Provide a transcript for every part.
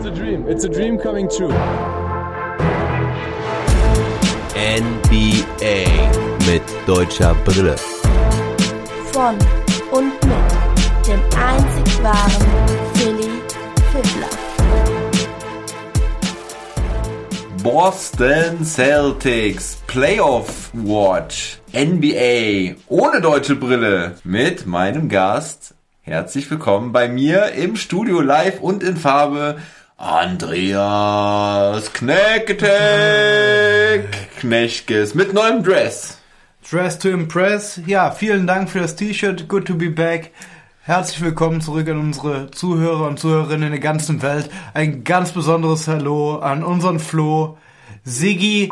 a dream. It's a dream coming true. NBA mit deutscher Brille. Von und mit dem einzig wahren Philly Fiddler. Boston Celtics Playoff Watch NBA ohne deutsche Brille mit meinem Gast. Herzlich willkommen bei mir im Studio live und in Farbe Andreas Knechtges mit neuem Dress. Dress to impress. Ja, vielen Dank für das T-Shirt. Good to be back. Herzlich willkommen zurück an unsere Zuhörer und Zuhörerinnen in der ganzen Welt. Ein ganz besonderes Hallo an unseren Flo, Siggi,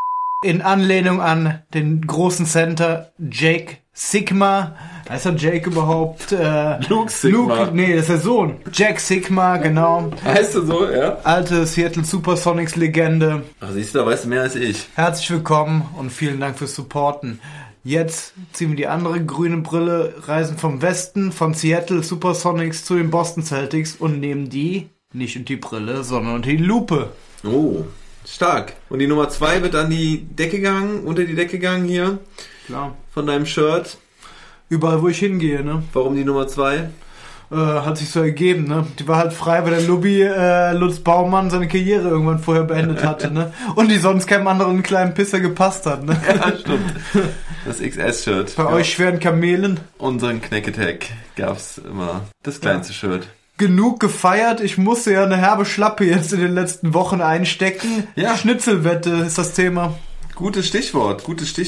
in Anlehnung an den großen Center Jake Sigma. Heißt er Jake überhaupt? Luke Sigma. Nee, das ist der Sohn. Jack Sigma, genau. Heißt du so, ja? Alte Seattle Supersonics Legende. Ach, siehst du, da weißt du mehr als ich. Herzlich willkommen und vielen Dank fürs Supporten. Jetzt ziehen wir die andere grüne Brille, reisen vom Westen, von Seattle Supersonics zu den Boston Celtics und nehmen die, nicht unter die Brille, sondern unter die Lupe. Oh, stark. Und die Nummer 2 wird an die Decke gegangen, unter die Decke gegangen hier. Klar. Von deinem Shirt. Überall, wo ich hingehe, ne? Warum die Nummer 2? Hat sich so ergeben, ne? Die war halt frei, weil der Lobby Lutz Baumann seine Karriere irgendwann vorher beendet hatte, ne? Und die sonst keinem anderen kleinen Pisser gepasst hat, ne? Ja, stimmt. Das XS-Shirt. Bei euch schweren Kamelen. Unseren Knack-Attack gab's immer das kleinste Shirt. Genug gefeiert, ich musste ja eine herbe Schlappe jetzt in den letzten Wochen einstecken. Ja. Schnitzelwette ist das Thema. Gutes Stichwort.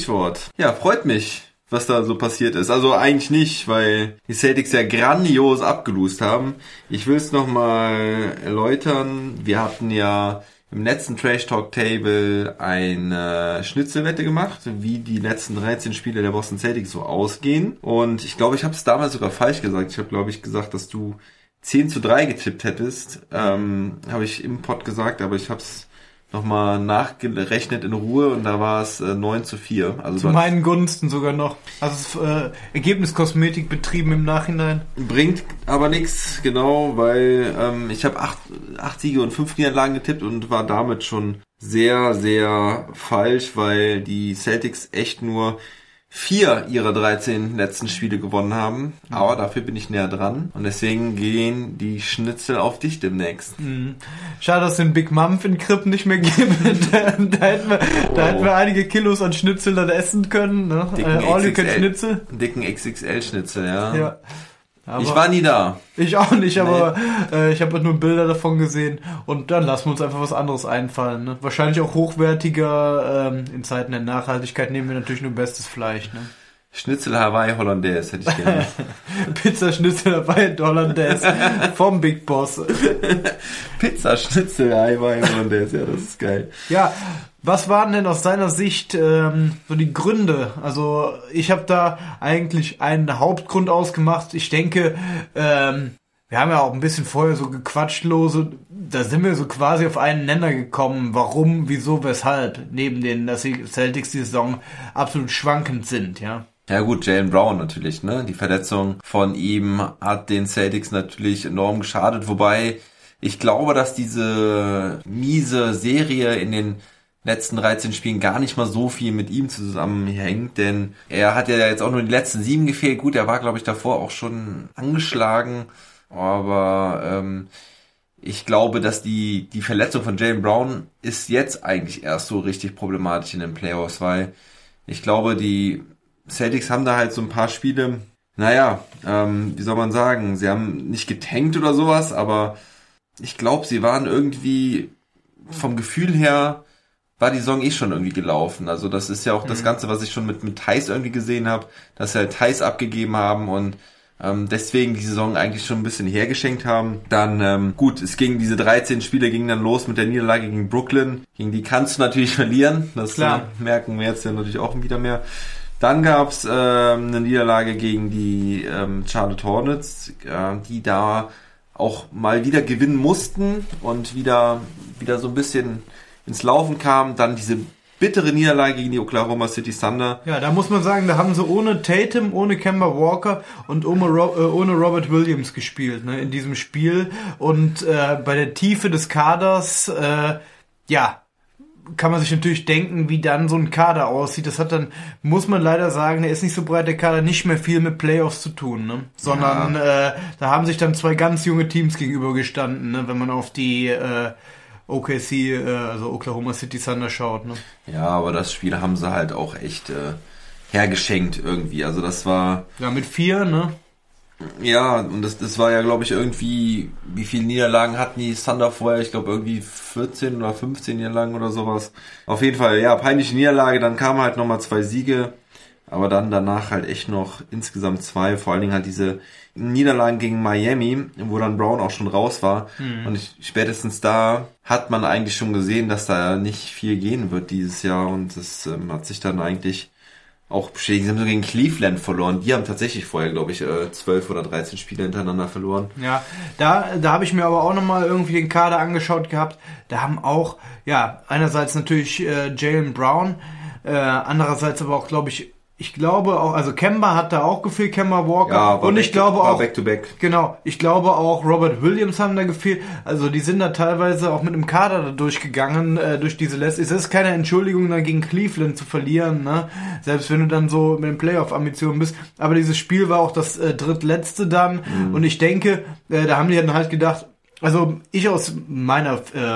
Ja, freut mich, was da so passiert ist. Also eigentlich nicht, weil die Celtics ja grandios abgelost haben. Ich will es nochmal erläutern. Wir hatten ja im letzten Trash Talk Table eine Schnitzelwette gemacht, wie die letzten 13 Spiele der Boston Celtics so ausgehen. Und ich glaube, ich habe es damals sogar falsch gesagt. Ich habe, glaube ich, gesagt, dass du 10-3 getippt hättest. Habe ich im Pod gesagt, aber ich habe es nochmal nachgerechnet in Ruhe und da war es 9-4. Also zu meinen Gunsten sogar noch. Also Ergebniskosmetik betrieben im Nachhinein. Bringt aber nichts, genau, weil ich habe 8 Siege und 5 Niederlagen getippt und war damit schon sehr, sehr falsch, weil die Celtics echt nur 4 ihrer 13 letzten Spiele gewonnen haben. Aber dafür bin ich näher dran. Und deswegen gehen die Schnitzel auf dich demnächst. Schade, dass es den Big Mampf in Krippen nicht mehr gibt. Da hätten wir einige Kilos an Schnitzel dann essen können. Ne? All-you-can-Schnitzel. Dicken XXL-Schnitzel, ja. Ja. Aber ich war nie da. Ich auch nicht, aber ich habe nur Bilder davon gesehen. Und dann lassen wir uns einfach was anderes einfallen. Ne? Wahrscheinlich auch hochwertiger. In Zeiten der Nachhaltigkeit nehmen wir natürlich nur bestes Fleisch. Ne? Schnitzel Hawaii Hollandaise hätte ich gerne. Pizza Schnitzel Hawaii Hollandaise vom Big Boss. Pizza Schnitzel Hawaii Hollandaise, ja, das ist geil. Ja, was waren denn aus deiner Sicht so die Gründe? Also ich habe da eigentlich einen Hauptgrund ausgemacht. Ich denke, wir haben ja auch ein bisschen vorher so gequatscht lose. Da sind wir so quasi auf einen Nenner gekommen. Warum, wieso, weshalb? Neben denen, dass die Celtics die Saison absolut schwankend sind, ja. Ja gut, Jaylen Brown natürlich, ne? Die Verletzung von ihm hat den Celtics natürlich enorm geschadet. Wobei ich glaube, dass diese miese Serie in den letzten 13 Spielen gar nicht mal so viel mit ihm zusammenhängt, denn er hat ja jetzt auch nur die letzten 7 gefehlt. Gut, er war, glaube ich, davor auch schon angeschlagen, aber ich glaube, dass die Verletzung von Jaylen Brown ist jetzt eigentlich erst so richtig problematisch in den Playoffs, weil ich glaube, die Celtics haben da halt so ein paar Spiele, wie soll man sagen, sie haben nicht getankt oder sowas, aber ich glaube, sie waren irgendwie vom Gefühl her war die Saison schon irgendwie gelaufen. Also das ist ja auch das Ganze, was ich schon mit Thais irgendwie gesehen habe, dass sie halt Thais abgegeben haben und deswegen die Saison eigentlich schon ein bisschen hergeschenkt haben. Dann, es ging, diese 13 Spiele gingen dann los mit der Niederlage gegen Brooklyn. Gegen die kannst du natürlich verlieren. Das merken wir jetzt ja natürlich auch wieder mehr. Dann gab's eine Niederlage gegen die Charlotte Hornets, die da auch mal wieder gewinnen mussten und wieder so ein bisschen ins Laufen kam. Dann diese bittere Niederlage gegen die Oklahoma City Thunder. Ja, da muss man sagen, da haben sie ohne Tatum, ohne Kemba Walker und ohne Robert Williams gespielt, ne, in diesem Spiel. Und bei der Tiefe des Kaders, kann man sich natürlich denken, wie dann so ein Kader aussieht. Das hat dann, muss man leider sagen, der ist nicht so breit, der Kader, nicht mehr viel mit Playoffs zu tun, ne? Sondern da haben sich dann zwei ganz junge Teams gegenübergestanden, ne? Wenn man auf die OKC, also Oklahoma City Thunder schaut, ne? Ja, aber das Spiel haben sie halt auch echt hergeschenkt irgendwie. Also das war... Ja, mit 4, ne? Ja, und das war ja, glaube ich, irgendwie, wie viele Niederlagen hatten die Thunder vorher? Ich glaube irgendwie 14 oder 15 Niederlagen oder sowas. Auf jeden Fall, ja, peinliche Niederlage, dann kamen halt nochmal 2 Siege, aber dann danach halt echt noch insgesamt 2, vor allen Dingen halt diese Niederlagen gegen Miami, wo dann Brown auch schon raus war. Und spätestens da hat man eigentlich schon gesehen, dass da nicht viel gehen wird dieses Jahr, und das hat sich dann eigentlich auch bestätigt. Sie haben so gegen Cleveland verloren. Die haben tatsächlich vorher, glaube ich, 12 oder 13 Spiele hintereinander verloren. Ja, da habe ich mir aber auch nochmal irgendwie den Kader angeschaut gehabt. Da haben auch, ja, einerseits natürlich Jaylen Brown, andererseits aber auch, ich glaube auch, also Kemba hat da auch gefehlt, Kemba Walker. Ja, und ich glaube auch, Back-to-Back. Genau, ich glaube auch Robert Williams haben da gefehlt. Also die sind da teilweise auch mit einem Kader da durchgegangen, durch diese Lässe. Es ist keine Entschuldigung, dann gegen Cleveland zu verlieren, ne? Selbst wenn du dann so mit den Playoff-Ambitionen bist. Aber dieses Spiel war auch das drittletzte dann. Und ich denke, da haben die dann halt gedacht, also ich aus meiner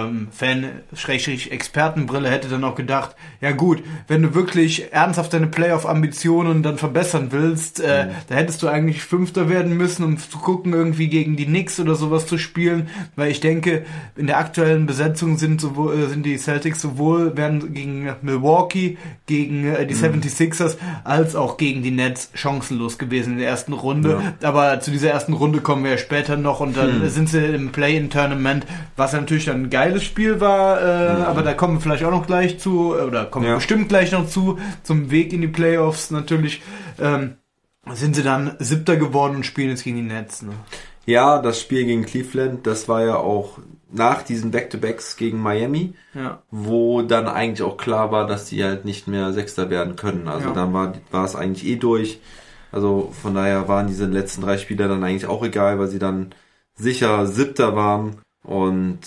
Fan-Expertenbrille hätte dann auch gedacht, ja gut, wenn du wirklich ernsthaft deine Playoff-Ambitionen dann verbessern willst, da hättest du eigentlich Fünfter werden müssen, um zu gucken, irgendwie gegen die Knicks oder sowas zu spielen, weil ich denke, in der aktuellen Besetzung sind die Celtics werden gegen Milwaukee, gegen die 76ers, als auch gegen die Nets chancenlos gewesen in der ersten Runde. Ja. Aber zu dieser ersten Runde kommen wir ja später noch, und dann sind sie im Play-in-Tournament, was natürlich dann ein geiles Spiel war, aber da kommen wir vielleicht auch noch gleich zu, oder kommen wir bestimmt gleich noch zum Weg in die Playoffs natürlich, sind sie dann 7. geworden und spielen jetzt gegen die Nets. Ne? Ja, das Spiel gegen Cleveland, das war ja auch nach diesen Back-to-Backs gegen Miami, wo dann eigentlich auch klar war, dass die halt nicht mehr Sechster werden können. Also dann war es eigentlich eh durch. Also von daher waren diese letzten 3 Spiele dann eigentlich auch egal, weil sie dann sicher 7. waren, und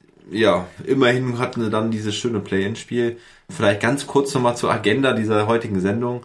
ja, immerhin hatten sie dann dieses schöne Play-in-Spiel. Vielleicht ganz kurz nochmal zur Agenda dieser heutigen Sendung.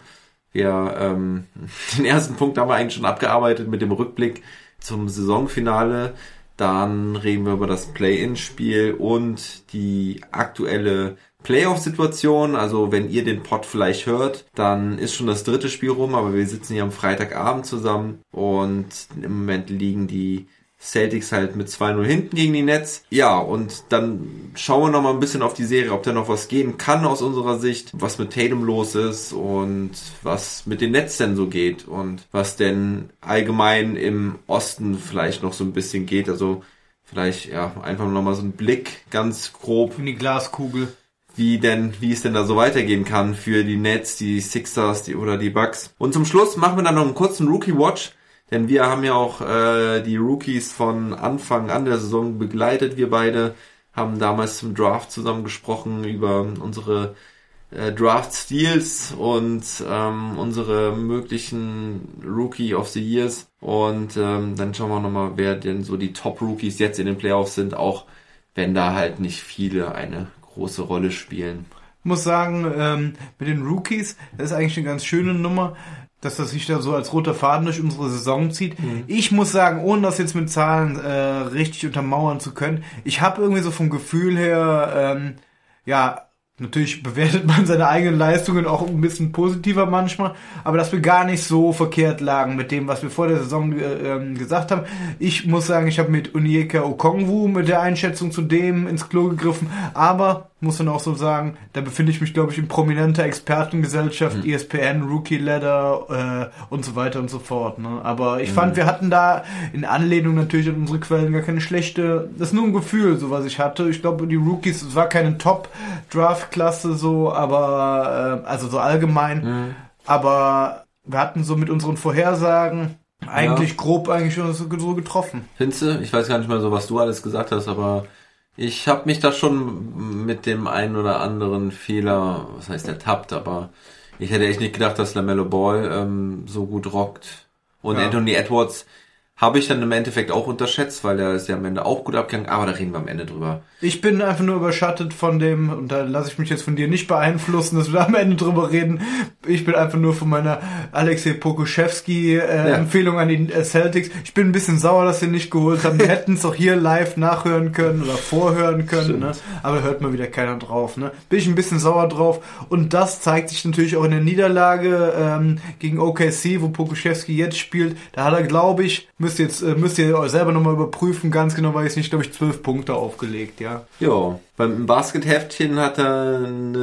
Wir, den ersten Punkt haben wir eigentlich schon abgearbeitet mit dem Rückblick zum Saisonfinale. Dann reden wir über das Play-in-Spiel und die aktuelle Playoff-Situation. Also wenn ihr den Pod vielleicht hört, dann ist schon das 3. Spiel rum, aber wir sitzen hier am Freitagabend zusammen, und im Moment liegen die Celtics halt mit 2-0 hinten gegen die Nets. Ja, und dann schauen wir noch mal ein bisschen auf die Serie, ob da noch was gehen kann aus unserer Sicht, was mit Tatum los ist und was mit den Nets denn so geht und was denn allgemein im Osten vielleicht noch so ein bisschen geht. Also vielleicht einfach noch mal so ein Blick ganz grob in die Glaskugel, wie es denn da so weitergehen kann für die Nets, die Sixers, oder die Bucks. Und zum Schluss machen wir dann noch einen kurzen Rookie-Watch. Denn wir haben ja auch die Rookies von Anfang an der Saison begleitet. Wir beide haben damals zum Draft zusammen gesprochen über unsere Draft-Steals und unsere möglichen Rookie of the Years. Und dann schauen wir nochmal, wer denn so die Top-Rookies jetzt in den Playoffs sind, auch wenn da halt nicht viele eine große Rolle spielen. Ich muss sagen, mit den Rookies, das ist eigentlich eine ganz schöne Nummer, dass das sich da so als roter Faden durch unsere Saison zieht. Ich muss sagen, ohne das jetzt mit Zahlen richtig untermauern zu können, ich habe irgendwie so vom Gefühl her, natürlich bewertet man seine eigenen Leistungen auch ein bisschen positiver manchmal, aber dass wir gar nicht so verkehrt lagen mit dem, was wir vor der Saison gesagt haben. Ich muss sagen, ich habe mit Onyeka Okongwu mit der Einschätzung zu dem ins Klo gegriffen, aber muss dann auch so sagen, da befinde ich mich, glaube ich, in prominenter Expertengesellschaft, ESPN, Rookie Ladder und so weiter und so fort. Ne? Aber ich fand, wir hatten da in Anlehnung natürlich an unsere Quellen gar keine schlechte, das ist nur ein Gefühl, so was ich hatte. Ich glaube, die Rookies, es war keine Top-Draft-Klasse so, aber also so allgemein, aber wir hatten so mit unseren Vorhersagen eigentlich grob schon so getroffen. Findest du? Ich weiß gar nicht mehr so, was du alles gesagt hast, aber Ich habe mich da schon mit dem einen oder anderen Fehler, was heißt ertappt, aber ich hätte echt nicht gedacht, dass LaMelo Ball so gut rockt. Und Ja. Anthony Edwards habe ich dann im Endeffekt auch unterschätzt, weil der ist ja am Ende auch gut abgegangen, aber da reden wir am Ende drüber. Ich bin einfach nur überschattet von dem, und da lasse ich mich jetzt von dir nicht beeinflussen, dass wir da am Ende drüber reden. Ich bin einfach nur von meiner Alexei Pokuschewski Empfehlung an die Celtics. Ich bin ein bisschen sauer, dass sie nicht geholt haben. Die hätten es auch hier live nachhören können oder vorhören können, ne? Aber hört mal wieder keiner drauf. Ne? Bin ich ein bisschen sauer drauf. Und das zeigt sich natürlich auch in der Niederlage gegen OKC, wo Pokuschewski jetzt spielt. Da hat er, glaube ich, müsst ihr euch selber nochmal überprüfen, ganz genau weiß ich nicht, glaube ich 12 Punkte aufgelegt, ja. Ja, beim Baskethäftchen hat er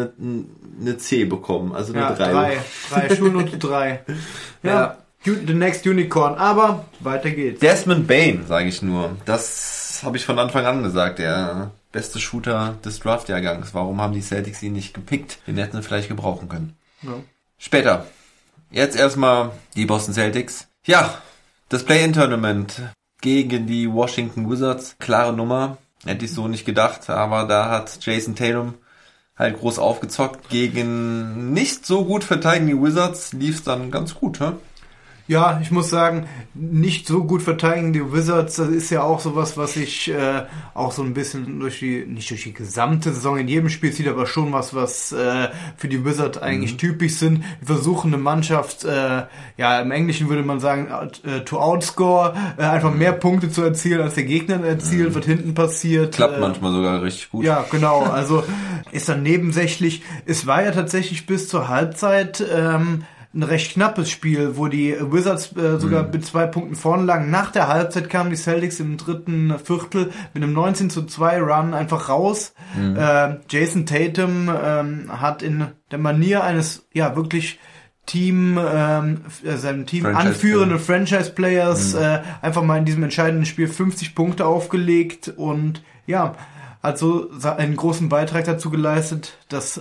eine C bekommen, also eine 3. 3, Schulnote 3. Ja, the next unicorn, aber weiter geht's. Desmond Bane, sage ich nur. Das habe ich von Anfang an gesagt, der beste Shooter des Draftjahrgangs. Warum haben die Celtics ihn nicht gepickt? Den hätten sie vielleicht gebrauchen können. Ja. Später. Jetzt erstmal die Boston Celtics. Ja, das Play-In-Tournament gegen die Washington Wizards. Klare Nummer. Hätte ich so nicht gedacht, aber da hat Jason Tatum halt groß aufgezockt. Gegen nicht so gut verteidigende Wizards lief es dann ganz gut, hä? Ja, ich muss sagen, nicht so gut verteidigen die Wizards, das ist ja auch sowas, was ich auch so ein bisschen nicht durch die gesamte Saison in jedem Spiel zieht, aber schon was für die Wizards eigentlich typisch sind. Wir versuchen eine Mannschaft, im Englischen würde man sagen, to outscore, einfach mehr Punkte zu erzielen, als der Gegner erzielt, was hinten passiert. Klappt manchmal sogar richtig gut. Ja, genau, also ist dann nebensächlich. Es war ja tatsächlich bis zur Halbzeit ein recht knappes Spiel, wo die Wizards sogar mit 2 Punkten vorne lagen. Nach der Halbzeit kamen die Celtics im dritten Viertel mit einem 19:2 Run einfach raus. Jason Tatum hat in der Manier eines wirklich seinem Team anführenden Franchise-Players einfach mal in diesem entscheidenden Spiel 50 Punkte aufgelegt und hat so einen großen Beitrag dazu geleistet, dass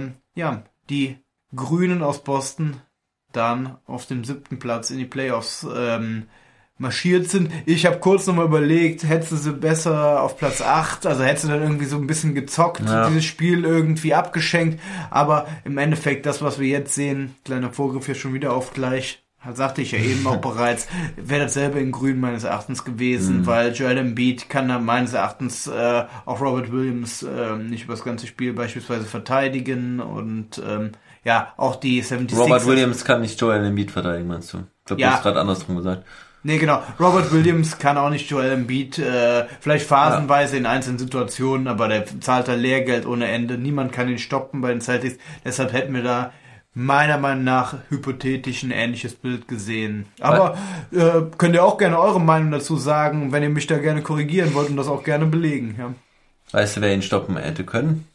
die Grünen aus Boston dann auf dem 7. Platz in die Playoffs marschiert sind. Ich habe kurz nochmal überlegt, hättest du sie besser auf Platz 8, also hättest du dann irgendwie so ein bisschen gezockt, dieses Spiel irgendwie abgeschenkt, aber im Endeffekt das, was wir jetzt sehen, kleiner Vorgriff hier schon wieder auf gleich, sagte ich ja eben auch bereits, wäre dasselbe in Grün meines Erachtens gewesen, weil Joel Embiid kann da meines Erachtens auch Robert Williams nicht über das ganze Spiel beispielsweise verteidigen und auch die 76ers. Robert Williams kann nicht Joel Embiid verteidigen, meinst du? Ich glaube, du hast gerade andersrum gesagt. Nee, genau. Robert Williams kann auch nicht Joel Embiid, vielleicht phasenweise in einzelnen Situationen, aber der zahlt da Lehrgeld ohne Ende. Niemand kann ihn stoppen bei den Celtics. Deshalb hätten wir da meiner Meinung nach hypothetisch ein ähnliches Bild gesehen. Aber könnt ihr auch gerne eure Meinung dazu sagen, wenn ihr mich da gerne korrigieren wollt und das auch gerne belegen. Ja. Weißt du, wer ihn stoppen hätte können?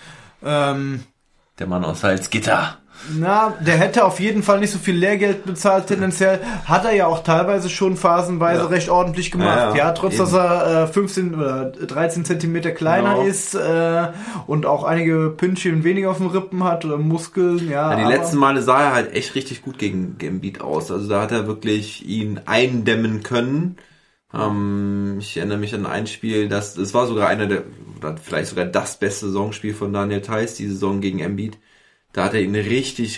Der Mann aus Salzgitter. Na, der hätte auf jeden Fall nicht so viel Lehrgeld bezahlt, tendenziell. Hat er ja auch teilweise schon phasenweise recht ordentlich gemacht. Ja, trotz dass er 15 oder 13 Zentimeter kleiner ist und auch einige Pünktchen weniger auf den Rippen hat oder Muskeln. Ja, die letzten Male sah er halt echt richtig gut gegen Embiid aus. Also da hat er wirklich ihn eindämmen können. Ich erinnere mich an ein Spiel, das war sogar oder vielleicht sogar das beste Saisonspiel von Daniel Theis, die Saison gegen Embiid. Da hat er ihn richtig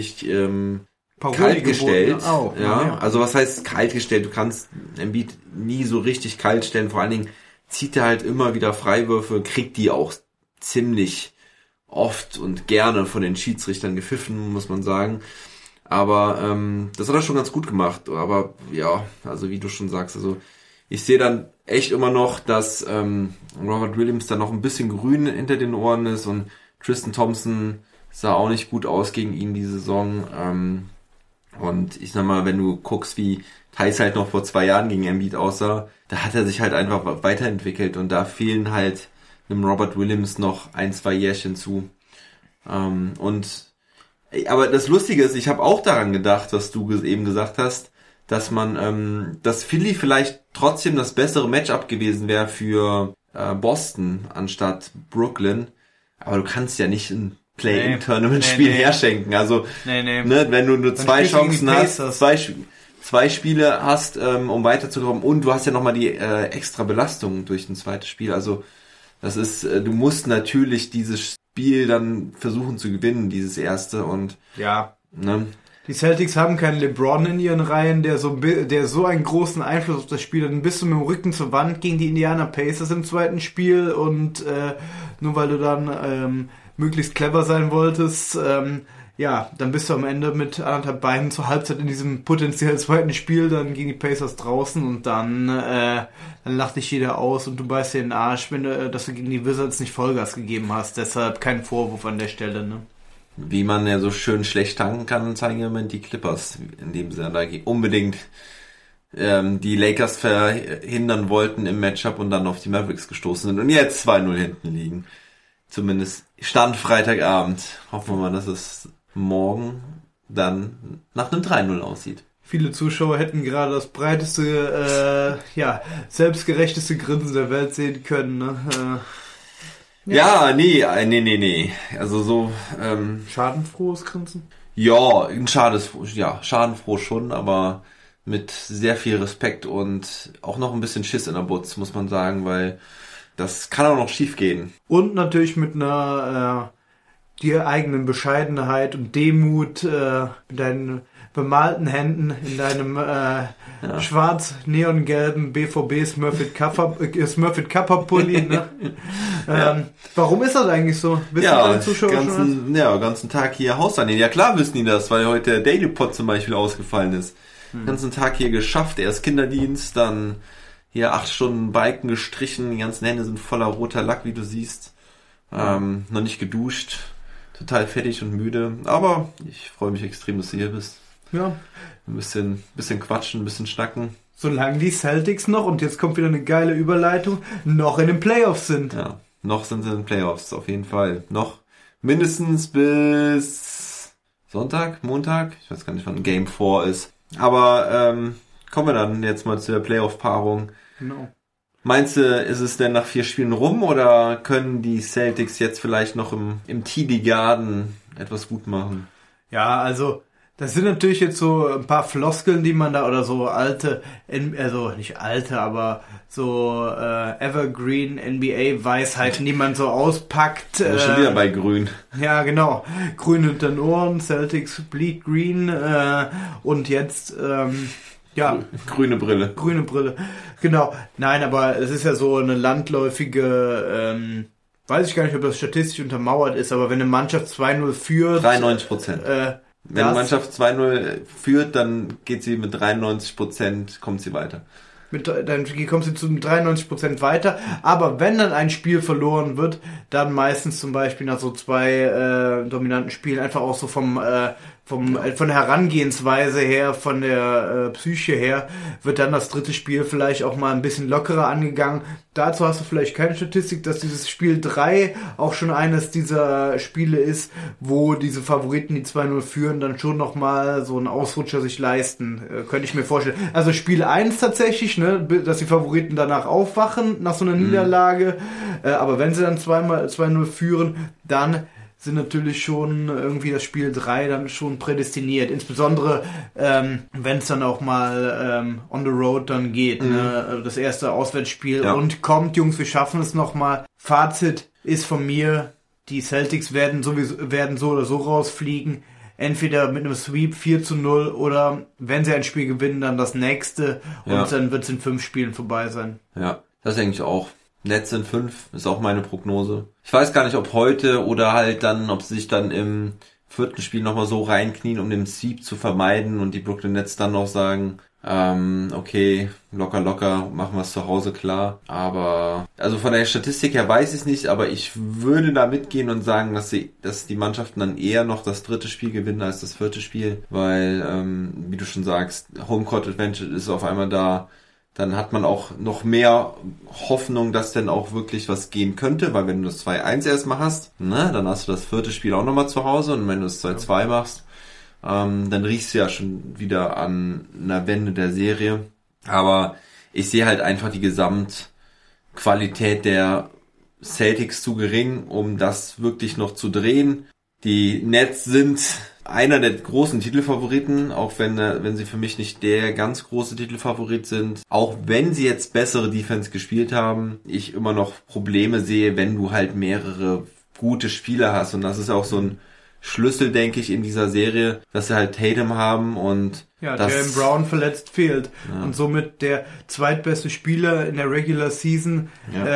kalt gestellt. Also was heißt kalt gestellt? Du kannst Embiid nie so richtig kalt stellen. Vor allen Dingen zieht er halt immer wieder Freiwürfe, kriegt die auch ziemlich oft und gerne von den Schiedsrichtern gepfiffen, muss man sagen. Aber das hat er schon ganz gut gemacht. Aber also wie du schon sagst, also ich sehe dann echt immer noch, dass Robert Williams da noch ein bisschen grün hinter den Ohren ist und Tristan Thompson sah auch nicht gut aus gegen ihn die Saison. Und ich sag mal, wenn du guckst, wie Theis halt noch vor 2 Jahren gegen Embiid aussah, da hat er sich halt einfach weiterentwickelt und da fehlen halt einem Robert Williams noch 1-2 Jährchen zu. Aber das Lustige ist, ich habe auch daran gedacht, was du eben gesagt hast, dass dass Philly vielleicht trotzdem das bessere Matchup gewesen wäre für Boston anstatt Brooklyn. Aber du kannst ja nicht ein Play-in-Tournament-Spiel herschenken. Also, ne, wenn du nur 2 Chancen hast, 2 Spiele hast, um weiterzukommen und du hast ja nochmal die extra Belastung durch ein zweites Spiel. Also, Das ist, du musst natürlich dieses Spiel dann versuchen zu gewinnen, dieses erste und Ja. ne? Die Celtics haben keinen LeBron in ihren Reihen, der so einen großen Einfluss auf das Spiel hat. Dann bist du mit dem Rücken zur Wand gegen die Indiana Pacers im zweiten Spiel und nur weil du dann möglichst clever sein wolltest, dann bist du am Ende mit 1,5 Beinen zur Halbzeit in diesem potenziell zweiten Spiel dann gegen die Pacers draußen und dann lacht dich jeder aus und du beißt dir in den Arsch, dass du gegen die Wizards nicht Vollgas gegeben hast. Deshalb kein Vorwurf an der Stelle, ne? Wie man ja so schön schlecht tanken kann, zeigen im Moment die Clippers, indem sie da unbedingt die Lakers verhindern wollten im Matchup und dann auf die Mavericks gestoßen sind und jetzt 2-0 hinten liegen. Zumindest Stand Freitagabend. Hoffen wir mal, dass es morgen dann nach einem 3-0 aussieht. Viele Zuschauer hätten gerade das breiteste, selbstgerechteste Grinsen der Welt sehen können, ne? Ja, nee. Also so, Schadenfrohes Grinsen? ja, schadenfroh schon, aber mit sehr viel Respekt und auch noch ein bisschen Schiss in der Butz, muss man sagen, weil das kann auch noch schief gehen. Und natürlich mit einer dir eigenen Bescheidenheit und Demut mit deinen bemalten Händen in deinem schwarz-neongelben BVB Smurfit Kappa Pulli. Ne? Warum ist das eigentlich so? Wissen deine Zuschauer schon was? Ganzen Tag hier Hausreinigen. Ja klar wissen die das, weil heute der Daily Pod zum Beispiel ausgefallen ist. Ganzen Tag hier geschafft, erst Kinderdienst, dann hier 8 Stunden Biken gestrichen, die ganzen Hände sind voller roter Lack, wie du siehst. Noch nicht geduscht, total fertig und müde, aber ich freue mich extrem, dass du hier bist. Ja. Ein bisschen quatschen, ein bisschen schnacken. Solange die Celtics noch, und jetzt kommt wieder eine geile Überleitung, noch in den Playoffs sind. Ja, noch sind sie in den Playoffs, auf jeden Fall. Noch mindestens bis Sonntag, Montag, ich weiß gar nicht, wann Game 4 ist. Aber kommen wir dann jetzt mal zu der Playoff-Paarung. Genau. Meinst du, ist es denn nach 4 Spielen rum oder können die Celtics jetzt vielleicht noch im TD Garden etwas gut machen? Ja, also das sind natürlich jetzt so ein paar Floskeln, die man da, oder so alte, also nicht alte, aber so Evergreen NBA-Weisheiten, die man so auspackt. Schon wieder bei Grün. Ja, genau. Grün hinter den Ohren, Celtics bleed green und jetzt Grüne Brille. Grüne Brille, genau. Nein, aber es ist ja so eine landläufige, weiß ich gar nicht, ob das statistisch untermauert ist, aber wenn eine Mannschaft 2-0 führt... 93%. Wenn die Mannschaft 2-0 führt, dann geht sie mit 93%, kommt sie weiter. Dann kommt sie zu 93% weiter, aber wenn dann ein Spiel verloren wird, dann meistens zum Beispiel nach so 2 dominanten Spielen einfach auch so von der Herangehensweise her, von der Psyche her, wird dann das dritte Spiel vielleicht auch mal ein bisschen lockerer angegangen. Dazu hast du vielleicht keine Statistik, dass dieses Spiel 3 auch schon eines dieser Spiele ist, wo diese Favoriten, die 2-0 führen, dann schon nochmal so einen Ausrutscher sich leisten. Könnte ich mir vorstellen. Also Spiel 1 tatsächlich, ne, dass die Favoriten danach aufwachen, nach so einer Niederlage. Aber wenn sie dann 2-0 führen, dann sind natürlich schon irgendwie das Spiel 3 dann schon prädestiniert. Insbesondere, wenn es dann auch mal on the road dann geht. Ne? Das erste Auswärtsspiel. Ja. Und kommt, Jungs, wir schaffen es nochmal. Fazit ist von mir, die Celtics werden so oder so rausfliegen. Entweder mit einem Sweep 4-0 oder wenn sie ein Spiel gewinnen, dann das nächste. Und dann wird es in 5 Spielen vorbei sein. Ja, das denke ich auch. Netz in 5 ist auch meine Prognose. Ich weiß gar nicht, ob heute oder halt dann, ob sie sich dann im 4. Spiel nochmal so reinknien, um den Sweep zu vermeiden und die Brooklyn Nets dann noch sagen, okay, locker, machen wir es zu Hause klar. Aber, also von der Statistik her weiß ich es nicht, aber ich würde da mitgehen und sagen, dass die Mannschaften dann eher noch das 3. Spiel gewinnen als das 4. Spiel, weil, wie du schon sagst, Homecourt Advantage ist auf einmal da. Dann hat man auch noch mehr Hoffnung, dass denn auch wirklich was gehen könnte, weil wenn du das 2-1 erstmal hast, ne, dann hast du das 4. Spiel auch nochmal zu Hause und wenn du das 2-2 machst, dann riechst du ja schon wieder an einer Wende der Serie. Aber ich sehe halt einfach die Gesamtqualität der Celtics zu gering, um das wirklich noch zu drehen. Die Nets sind einer der großen Titelfavoriten, auch wenn sie für mich nicht der ganz große Titelfavorit sind. Auch wenn sie jetzt bessere Defense gespielt haben, ich immer noch Probleme sehe, wenn du halt mehrere gute Spieler hast. Und das ist auch so ein Schlüssel, denke ich, in dieser Serie, dass sie halt Tatum haben und Jaylen Brown verletzt fehlt. Ja. Und somit der zweitbeste Spieler in der Regular Season,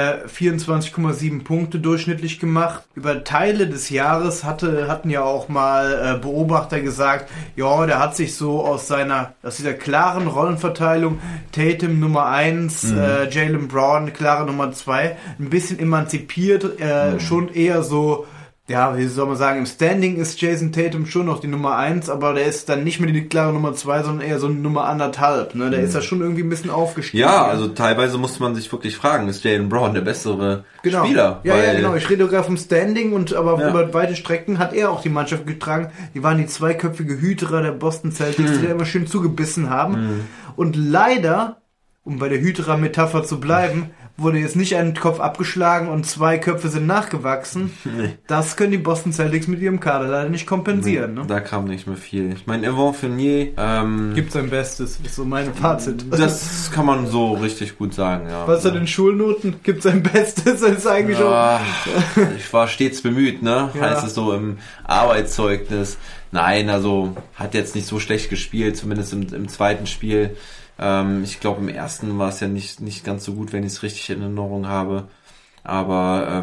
24,7 Punkte durchschnittlich gemacht. Über Teile des Jahres hatten ja auch mal Beobachter gesagt, ja, der hat sich so aus dieser klaren Rollenverteilung, Tatum Nummer 1, Jaylen Brown klare Nummer 2, ein bisschen emanzipiert, schon eher so, ja, wie soll man sagen, im Standing ist Jason Tatum schon noch die Nummer 1, aber der ist dann nicht mehr die klare Nummer 2, sondern eher so eine Nummer 1,5. Ne? Der ist da schon irgendwie ein bisschen aufgestiegen. Ja, also teilweise musste man sich wirklich fragen, ist Jaylen Brown der bessere Spieler? Ja, genau. Ich rede gerade vom Standing aber über weite Strecken hat er auch die Mannschaft getragen. Die waren die zweiköpfige Hüterer der Boston Celtics, die da immer schön zugebissen haben. Und leider, um bei der Hüterer-Metapher zu bleiben, wurde jetzt nicht ein Kopf abgeschlagen und 2 Köpfe sind nachgewachsen. Nee. Das können die Boston Celtics mit ihrem Kader leider nicht kompensieren. Ne? Da kam nicht mehr viel. Ich meine, Evan Fournier gibt sein Bestes, ist so mein Fazit. Das kann man so richtig gut sagen, ja. Was hat denn Schulnoten? Gibt sein Bestes? Das ist eigentlich auch... Ich war stets bemüht, ne? Ja. Heißt es so im Arbeitszeugnis. Nein, also hat jetzt nicht so schlecht gespielt, zumindest im zweiten Spiel. Ich glaube, im ersten war es ja nicht ganz so gut, wenn ich es richtig in Erinnerung habe. Aber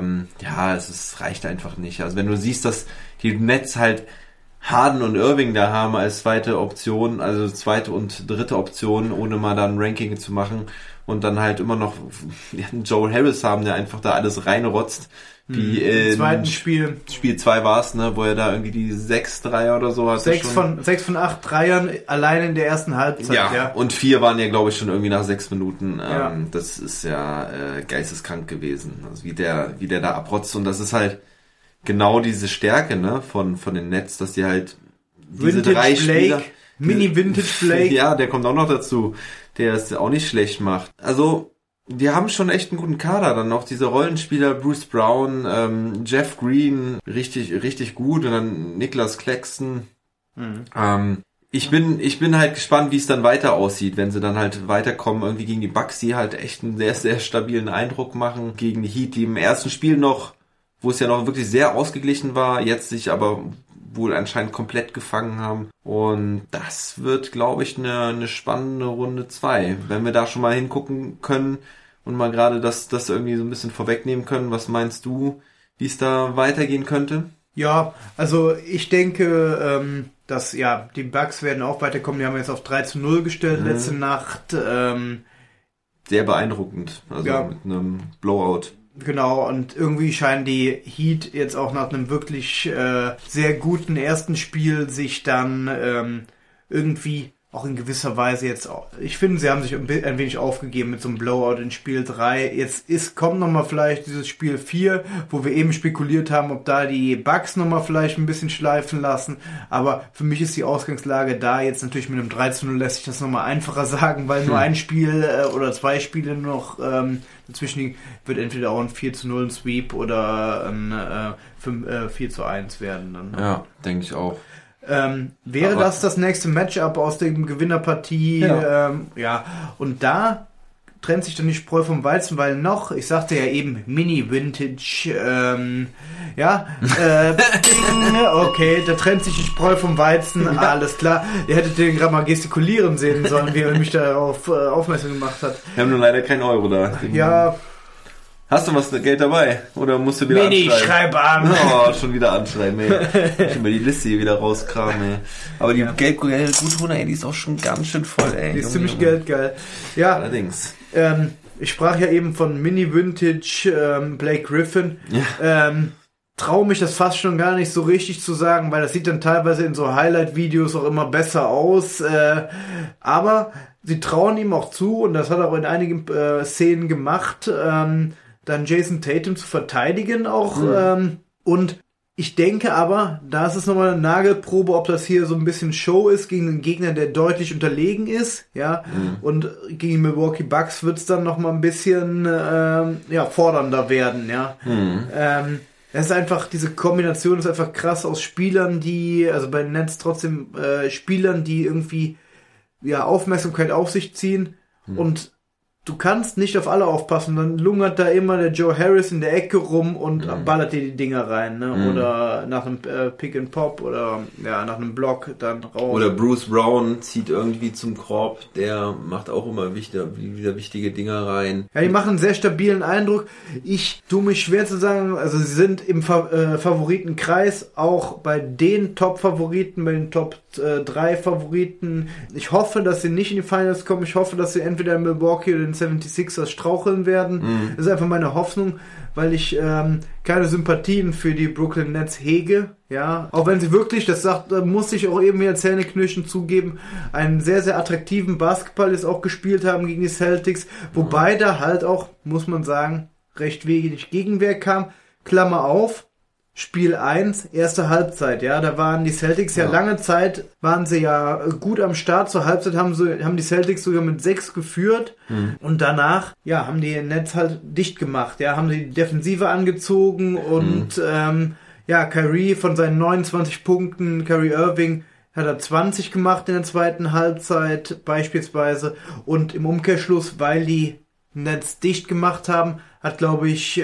es reicht einfach nicht. Also wenn du siehst, dass die Nets halt Harden und Irving da haben als zweite Option, also zweite und dritte Option, ohne mal da ein Ranking zu machen und dann halt immer noch Joel Harris haben, der einfach da alles reinrotzt. Wie im zweiten Spiel 2 war es, ne, wo er da irgendwie die 6 Dreier oder so hat. 6 von 8 Dreiern allein in der ersten Halbzeit. Ja. Und 4 waren ja, glaube ich, schon irgendwie nach 6 Minuten. Das ist ja geisteskrank gewesen. Also wie der da abrotzt. Und das ist halt genau diese Stärke, ne, von den Nets, dass die halt diese Vintage 3 Spieler... Blake, Mini-Vintage Blake. Ja, der kommt auch noch dazu, der es auch nicht schlecht macht. Also... Die haben schon echt einen guten Kader, dann noch diese Rollenspieler, Bruce Brown, Jeff Green, richtig gut und dann Nicholas Claxton. Ich bin halt gespannt, wie es dann weiter aussieht, wenn sie dann halt weiterkommen, irgendwie gegen die Bucks, die halt echt einen sehr, sehr stabilen Eindruck machen, gegen die Heat, die im ersten Spiel noch, wo es ja noch wirklich sehr ausgeglichen war, jetzt sich aber wohl anscheinend komplett gefangen haben. Und das wird, glaube ich, eine spannende Runde 2. Wenn wir da schon mal hingucken können und mal gerade das irgendwie so ein bisschen vorwegnehmen können, was meinst du, wie es da weitergehen könnte? Ja, also ich denke, dass die Bucks werden auch weiterkommen. Die haben jetzt auf 3-0 gestellt letzte Nacht. Sehr beeindruckend, also mit einem Blowout. Genau, und irgendwie scheinen die Heat jetzt auch nach einem wirklich sehr guten ersten Spiel sich dann irgendwie auch in gewisser Weise jetzt auch, ich finde, sie haben sich ein wenig aufgegeben mit so einem Blowout in Spiel 3. Jetzt kommt nochmal vielleicht dieses Spiel 4, wo wir eben spekuliert haben, ob da die Bucks nochmal vielleicht ein bisschen schleifen lassen. Aber für mich ist die Ausgangslage da. Jetzt natürlich mit einem 3-0 lässt sich das nochmal einfacher sagen, weil nur ein Spiel oder 2 Spiele nur noch dazwischen wird entweder auch ein 4-0 ein Sweep oder ein 4-1 werden. Dann, ne? Ja, denke ich auch. Wäre das nächste Matchup aus der Gewinnerpartie? Und da trennt sich dann die Spreu vom Weizen, weil ich sagte ja eben Mini-Vintage, okay, da trennt sich die Spreu vom Weizen, alles klar. Ihr hättet den gerade mal gestikulieren sehen sollen, wie er mich darauf aufmerksam gemacht hat. Wir haben nur leider keinen Euro da. Ja. Hast du was Geld dabei? Oder musst du wieder anschreiben? Nee, schreib an. Oh, schon wieder anschreiben, ey. Ich will die Liste hier wieder rauskramen, ey. Aber die Geldguthaben, ey, die ist auch schon ganz schön voll, ey. Die ist ziemlich geldgeil. Ja. Allerdings. Ich sprach ja eben von Mini-Vintage Blake Griffin. Ja. Traue mich das fast schon gar nicht so richtig zu sagen, weil das sieht dann teilweise in so Highlight-Videos auch immer besser aus. Aber sie trauen ihm auch zu, und das hat er auch in einigen Szenen gemacht, dann Jason Tatum zu verteidigen auch. Und ich denke aber, da ist es nochmal eine Nagelprobe, ob das hier so ein bisschen Show ist gegen einen Gegner, der deutlich unterlegen ist. Ja. Und gegen die Milwaukee Bucks wird es dann nochmal ein bisschen fordernder werden. Ja. Das ist einfach, diese Kombination ist einfach krass aus Spielern, die, also bei den Nets trotzdem Spielern, die irgendwie Aufmerksamkeit auf sich ziehen und du kannst nicht auf alle aufpassen, dann lungert da immer der Joe Harris in der Ecke rum und ballert dir die Dinger rein, ne? Oder nach einem Pick and Pop oder nach einem Block dann raus. Oder Bruce Brown zieht irgendwie zum Korb, der macht auch immer wieder wichtige Dinger rein. Ja, die machen einen sehr stabilen Eindruck. Ich tue mich schwer zu sagen, also sie sind im Favoritenkreis, auch bei den Top-Favoriten, bei den Top 3 Favoriten. Ich hoffe, dass sie nicht in die Finals kommen. Ich hoffe, dass sie entweder in Milwaukee oder den 76ers straucheln werden. Das ist einfach meine Hoffnung, weil ich keine Sympathien für die Brooklyn Nets hege. Ja, auch wenn sie wirklich, muss ich auch eben hier Zähneknirschen zugeben, einen sehr, sehr attraktiven Basketball jetzt auch gespielt haben gegen die Celtics, wobei da halt auch, muss man sagen, recht wenig Gegenwehr kam. Klammer auf, Spiel 1, erste Halbzeit, da waren die Celtics lange Zeit, waren sie gut am Start. Zur Halbzeit haben die Celtics sogar mit 6 geführt und danach, haben die Nets halt dicht gemacht, haben die Defensive angezogen und Kyrie von seinen 29 Punkten, Kyrie Irving hat er 20 gemacht in der zweiten Halbzeit beispielsweise und im Umkehrschluss, weil die Nets dicht gemacht haben, hat glaube ich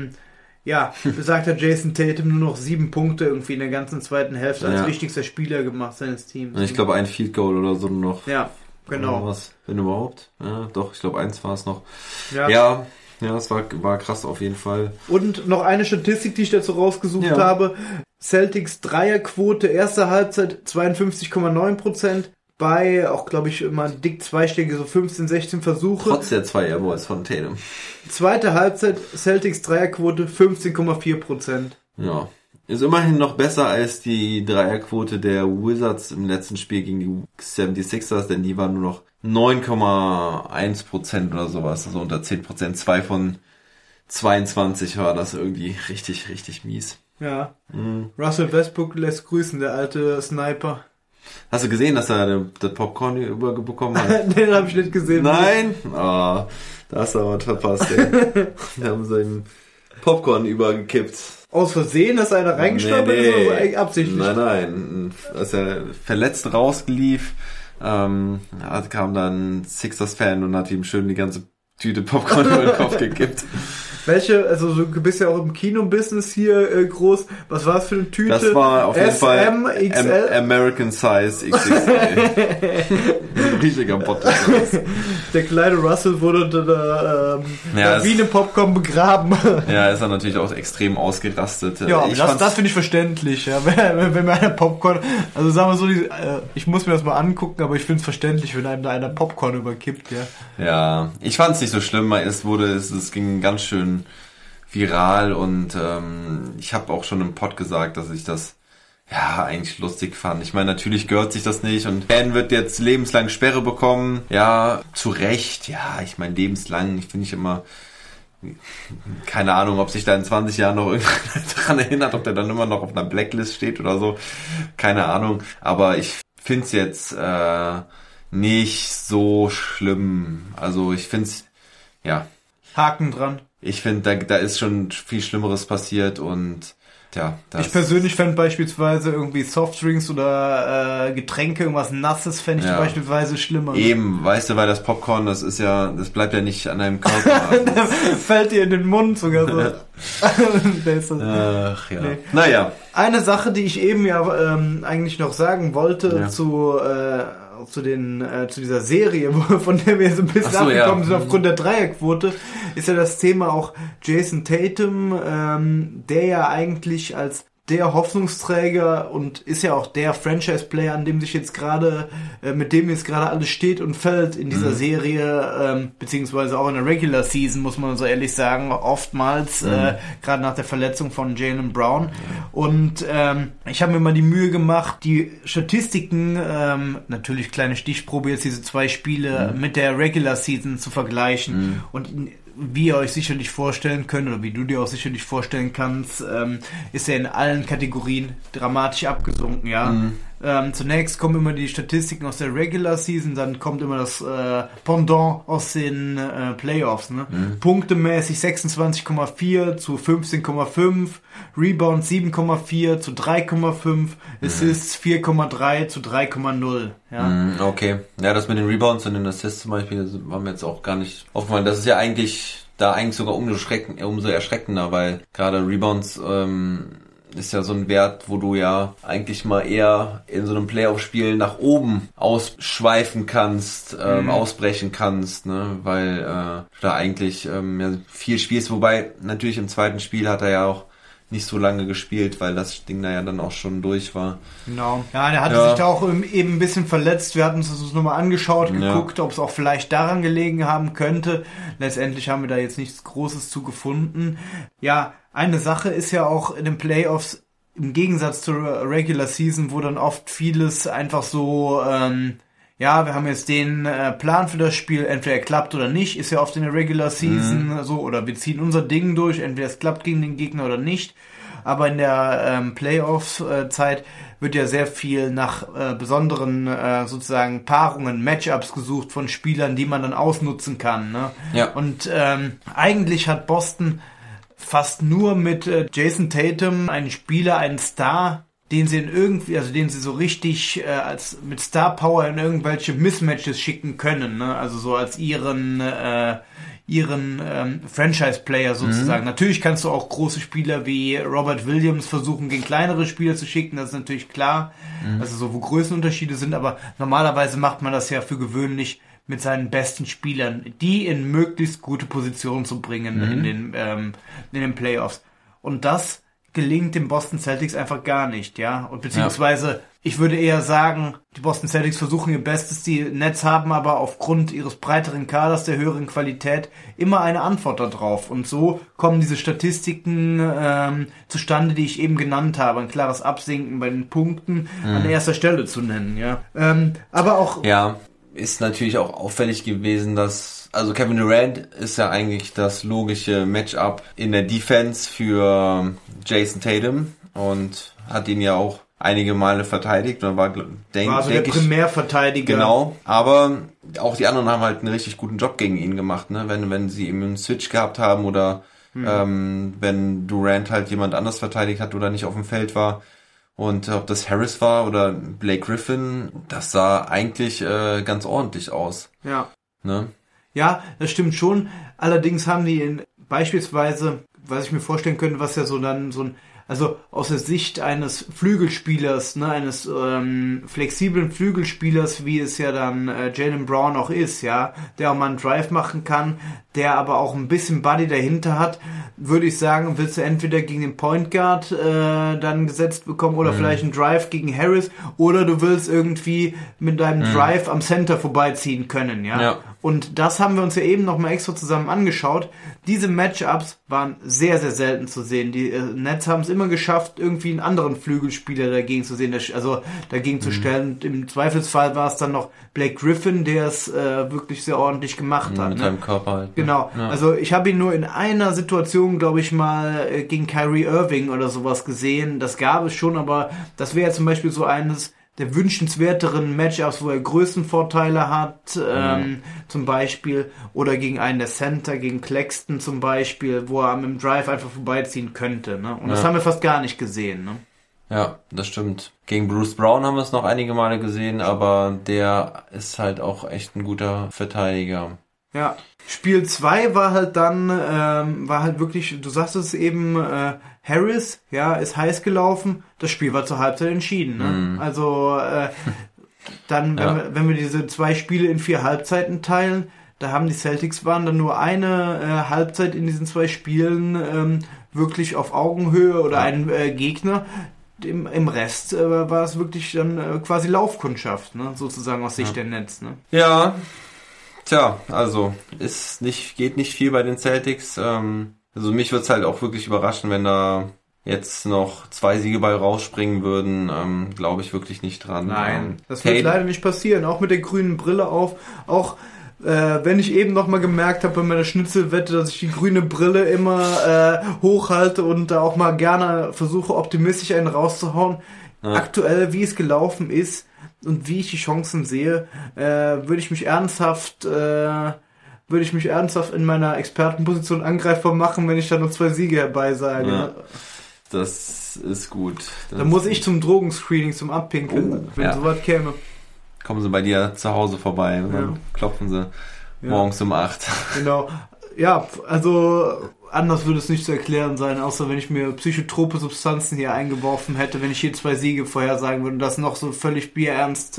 besagter Jason Tatum nur noch 7 Punkte irgendwie in der ganzen zweiten Hälfte als wichtigster Spieler gemacht seines Teams. Ich glaube ein Field Goal oder so noch. Ja, genau. Was, wenn überhaupt. Ja, doch, ich glaube 1 war es noch. Ja, das war krass auf jeden Fall. Und noch eine Statistik, die ich dazu rausgesucht habe. Celtics Dreierquote, erste Halbzeit 52,9%. Bei auch, glaube ich, immer dick zweistellige, so 15, 16 Versuche. Trotz der 2 Airballs von Tatum. Zweite Halbzeit, Celtics Dreierquote 15,4%. Ja, ist immerhin noch besser als die Dreierquote der Wizards im letzten Spiel gegen die 76ers, denn die waren nur noch 9,1% oder sowas, also unter 10%. 2 von 22 war das irgendwie richtig, richtig mies. Ja, Russell Westbrook lässt grüßen, der alte Sniper. Hast du gesehen, dass er das Popcorn überbekommen hat? Den habe ich nicht gesehen. Nein? Da hast du aber was verpasst, ey. Wir haben seinen Popcorn übergekippt. Aus Versehen, dass einer reingestolpert ist oder so absichtlich? Nein. Als er verletzt rauslief, kam dann ein Sixers-Fan und hat ihm schön die ganze Tüte Popcorn über den Kopf gekippt. Also du bist ja auch im Kino-Business hier groß. Was war es für eine Tüte? Das war auf jeden Fall XL? American Size XXL. Ein riesiger Bottle. Der kleine Russell wurde da wie eine Popcorn begraben. Ja, ist er natürlich auch extrem ausgerastet. Ja, das finde ich verständlich. Ja. Wenn mir einer Popcorn, also sagen wir so, ich muss mir das mal angucken, aber ich finde es verständlich, wenn einem da einer Popcorn überkippt. Ja, ich fand es nicht so schlimm. Es ging ganz schön viral und ich habe auch schon im Pod gesagt, dass ich das eigentlich lustig fand. Ich meine, natürlich gehört sich das nicht und Dan wird jetzt lebenslang Sperre bekommen. Ja, zu Recht. Ja, ich meine, lebenslang, ich finde immer, keine Ahnung, ob sich da in 20 Jahren noch irgendwann daran erinnert, ob der dann immer noch auf einer Blacklist steht oder so. Keine Ahnung. Aber ich finde es jetzt nicht so schlimm. Also ich finde es, Haken dran. Ich finde, da ist schon viel Schlimmeres passiert und ich persönlich fände beispielsweise irgendwie Softdrinks oder Getränke, irgendwas Nasses fände ich beispielsweise schlimmer. Eben, weißt du, weil das Popcorn, das bleibt ja nicht an deinem Körper. Das fällt dir in den Mund sogar so. Ach ja. Nee. Naja. Eine Sache, die ich eben eigentlich noch sagen wollte zu dieser Serie, von der wir so ein bisschen abgekommen sind aufgrund der Dreierquote, ist ja das Thema auch Jason Tatum, der ja eigentlich als der Hoffnungsträger und ist ja auch der Franchise-Player, an dem sich jetzt gerade, mit dem jetzt gerade alles steht und fällt in dieser Serie, beziehungsweise auch in der Regular Season, muss man so ehrlich sagen, oftmals, gerade nach der Verletzung von Jaylen Brown. Und ich habe mir mal die Mühe gemacht, die Statistiken, natürlich kleine Stichprobe, jetzt diese 2 Spiele mit der Regular Season zu vergleichen. Und wie ihr euch sicherlich vorstellen könnt, oder wie du dir auch sicherlich vorstellen kannst, ist er in allen Kategorien dramatisch abgesunken, Zunächst kommen immer die Statistiken aus der Regular Season, dann kommt immer das Pendant aus den Playoffs. Ne? Punktemäßig 26,4 zu 15,5, Rebounds 7,4 zu 3,5, Assists 4,3 zu 3,0. Ja? Okay. Ja, das mit den Rebounds und den Assists zum Beispiel war mir jetzt auch gar nicht aufgefallen. Das ist ja eigentlich sogar umso erschreckender, weil gerade Rebounds ist ja so ein Wert, wo du ja eigentlich mal eher in so einem Playoff-Spiel nach oben ausschweifen kannst, ausbrechen kannst, ne, weil du da eigentlich viel spielst, wobei natürlich im zweiten Spiel hat er ja auch nicht so lange gespielt, weil das Ding da ja dann auch schon durch war. Genau. Ja, der hatte sich da auch eben ein bisschen verletzt. Wir hatten uns das nochmal angeschaut, geguckt, ob es auch vielleicht daran gelegen haben könnte. Letztendlich haben wir da jetzt nichts Großes zu gefunden. Ja, eine Sache ist ja auch in den Playoffs, im Gegensatz zur Regular Season, wo dann oft vieles einfach so, wir haben jetzt den Plan für das Spiel, entweder er klappt oder nicht, ist ja oft in der Regular Season so, oder wir ziehen unser Ding durch, entweder es klappt gegen den Gegner oder nicht. Aber in der Playoff-Zeit wird ja sehr viel nach besonderen sozusagen Paarungen, Matchups gesucht von Spielern, die man dann ausnutzen kann. Ne? Ja. Und eigentlich hat Boston fast nur mit Jason Tatum einen Spieler, einen Star, den sie den sie so richtig als mit Star Power in irgendwelche Mismatches schicken können, ne? Also so als ihren Franchise-Player sozusagen. Natürlich kannst du auch große Spieler wie Robert Williams versuchen, gegen kleinere Spieler zu schicken, das ist natürlich klar. Also so, wo Größenunterschiede sind, aber normalerweise macht man das ja für gewöhnlich mit seinen besten Spielern, die in möglichst gute Positionen zu bringen in den Playoffs. Und das gelingt den Boston Celtics einfach gar nicht, ja. Und beziehungsweise, ich würde eher sagen, die Boston Celtics versuchen ihr Bestes, die Nets haben aber aufgrund ihres breiteren Kaders, der höheren Qualität, immer eine Antwort darauf. Und so kommen diese Statistiken zustande, die ich eben genannt habe. Ein klares Absinken bei den Punkten an erster Stelle zu nennen, ja. Aber auch... Ja. Ist natürlich auch auffällig gewesen, dass, also Kevin Durant ist ja eigentlich das logische Matchup in der Defense für Jason Tatum und hat ihn ja auch einige Male verteidigt und war also der Primärverteidiger. Genau, aber auch die anderen haben halt einen richtig guten Job gegen ihn gemacht, ne? Wenn sie eben einen Switch gehabt haben oder wenn Durant halt jemand anders verteidigt hat oder nicht auf dem Feld war. Und ob das Harris war oder Blake Griffin, das sah eigentlich ganz ordentlich aus. Ja. Ne? Ja, das stimmt schon. Allerdings haben die beispielsweise, was ich mir vorstellen könnte, was ja so dann so ein, also aus der Sicht eines Flügelspielers, ne, eines flexiblen Flügelspielers, wie es ja dann Jaylen Brown auch ist, ja, der auch mal einen Drive machen kann, der aber auch ein bisschen Body dahinter hat, würde ich sagen, willst du entweder gegen den Point Guard dann gesetzt bekommen oder vielleicht einen Drive gegen Harris oder du willst irgendwie mit deinem Drive am Center vorbeiziehen können, ja. Und das haben wir uns ja eben nochmal extra zusammen angeschaut. Diese Matchups waren sehr, sehr selten zu sehen. Die Nets haben es immer geschafft, irgendwie einen anderen Flügelspieler dagegen zu sehen, also dagegen zu stellen. Und im Zweifelsfall war es dann noch Blake Griffin, der es wirklich sehr ordentlich gemacht hat. Mit seinem Körper halt. Genau. Ja. Also ich habe ihn nur in einer Situation, glaube ich mal, gegen Kyrie Irving oder sowas gesehen. Das gab es schon, aber das wäre zum Beispiel so eines der wünschenswerteren Matchups, wo er Größenvorteile hat, zum Beispiel, oder gegen einen der Center, gegen Claxton zum Beispiel, wo er mit dem Drive einfach vorbeiziehen könnte, ne? Und das haben wir fast gar nicht gesehen, ne? Ja, das stimmt. Gegen Bruce Brown haben wir es noch einige Male gesehen, aber der ist halt auch echt ein guter Verteidiger. Ja, Spiel 2 war halt dann, war halt wirklich, du sagst es eben, Harris, ja, ist heiß gelaufen, das Spiel war zur Halbzeit entschieden, ne? Also, dann, wenn wir diese 2 Spiele in 4 Halbzeiten teilen, da haben die Celtics waren dann nur eine Halbzeit in diesen 2 Spielen wirklich auf Augenhöhe oder ein Gegner. Im Rest war es wirklich dann quasi Laufkundschaft, ne? Sozusagen aus Sicht der Nets, ne? Ja. Tja, also geht nicht viel bei den Celtics. Also mich wird's halt auch wirklich überraschen, wenn da jetzt noch 2 Siege bei rausspringen würden. Glaube ich wirklich nicht dran. Nein, das wird leider nicht passieren. Auch mit der grünen Brille auf. Auch wenn ich eben noch mal gemerkt habe bei meiner Schnitzelwette, dass ich die grüne Brille immer hochhalte und da auch mal gerne versuche, optimistisch einen rauszuhauen. aktuell, wie es gelaufen ist und wie ich die Chancen sehe, würde ich mich ernsthaft in meiner Expertenposition angreifbar machen, wenn ich da noch 2 Siege herbeisage. Ja. Das ist gut. Dann muss ich zum Drogenscreening, zum Abpinkeln, wenn sowas käme. Kommen sie bei dir zu Hause vorbei und dann klopfen sie morgens um 8. Genau. Ja, also anders würde es nicht zu erklären sein, außer wenn ich mir psychotrope Substanzen hier eingeworfen hätte, wenn ich hier 2 Siege vorhersagen würde und das noch so völlig bierernst,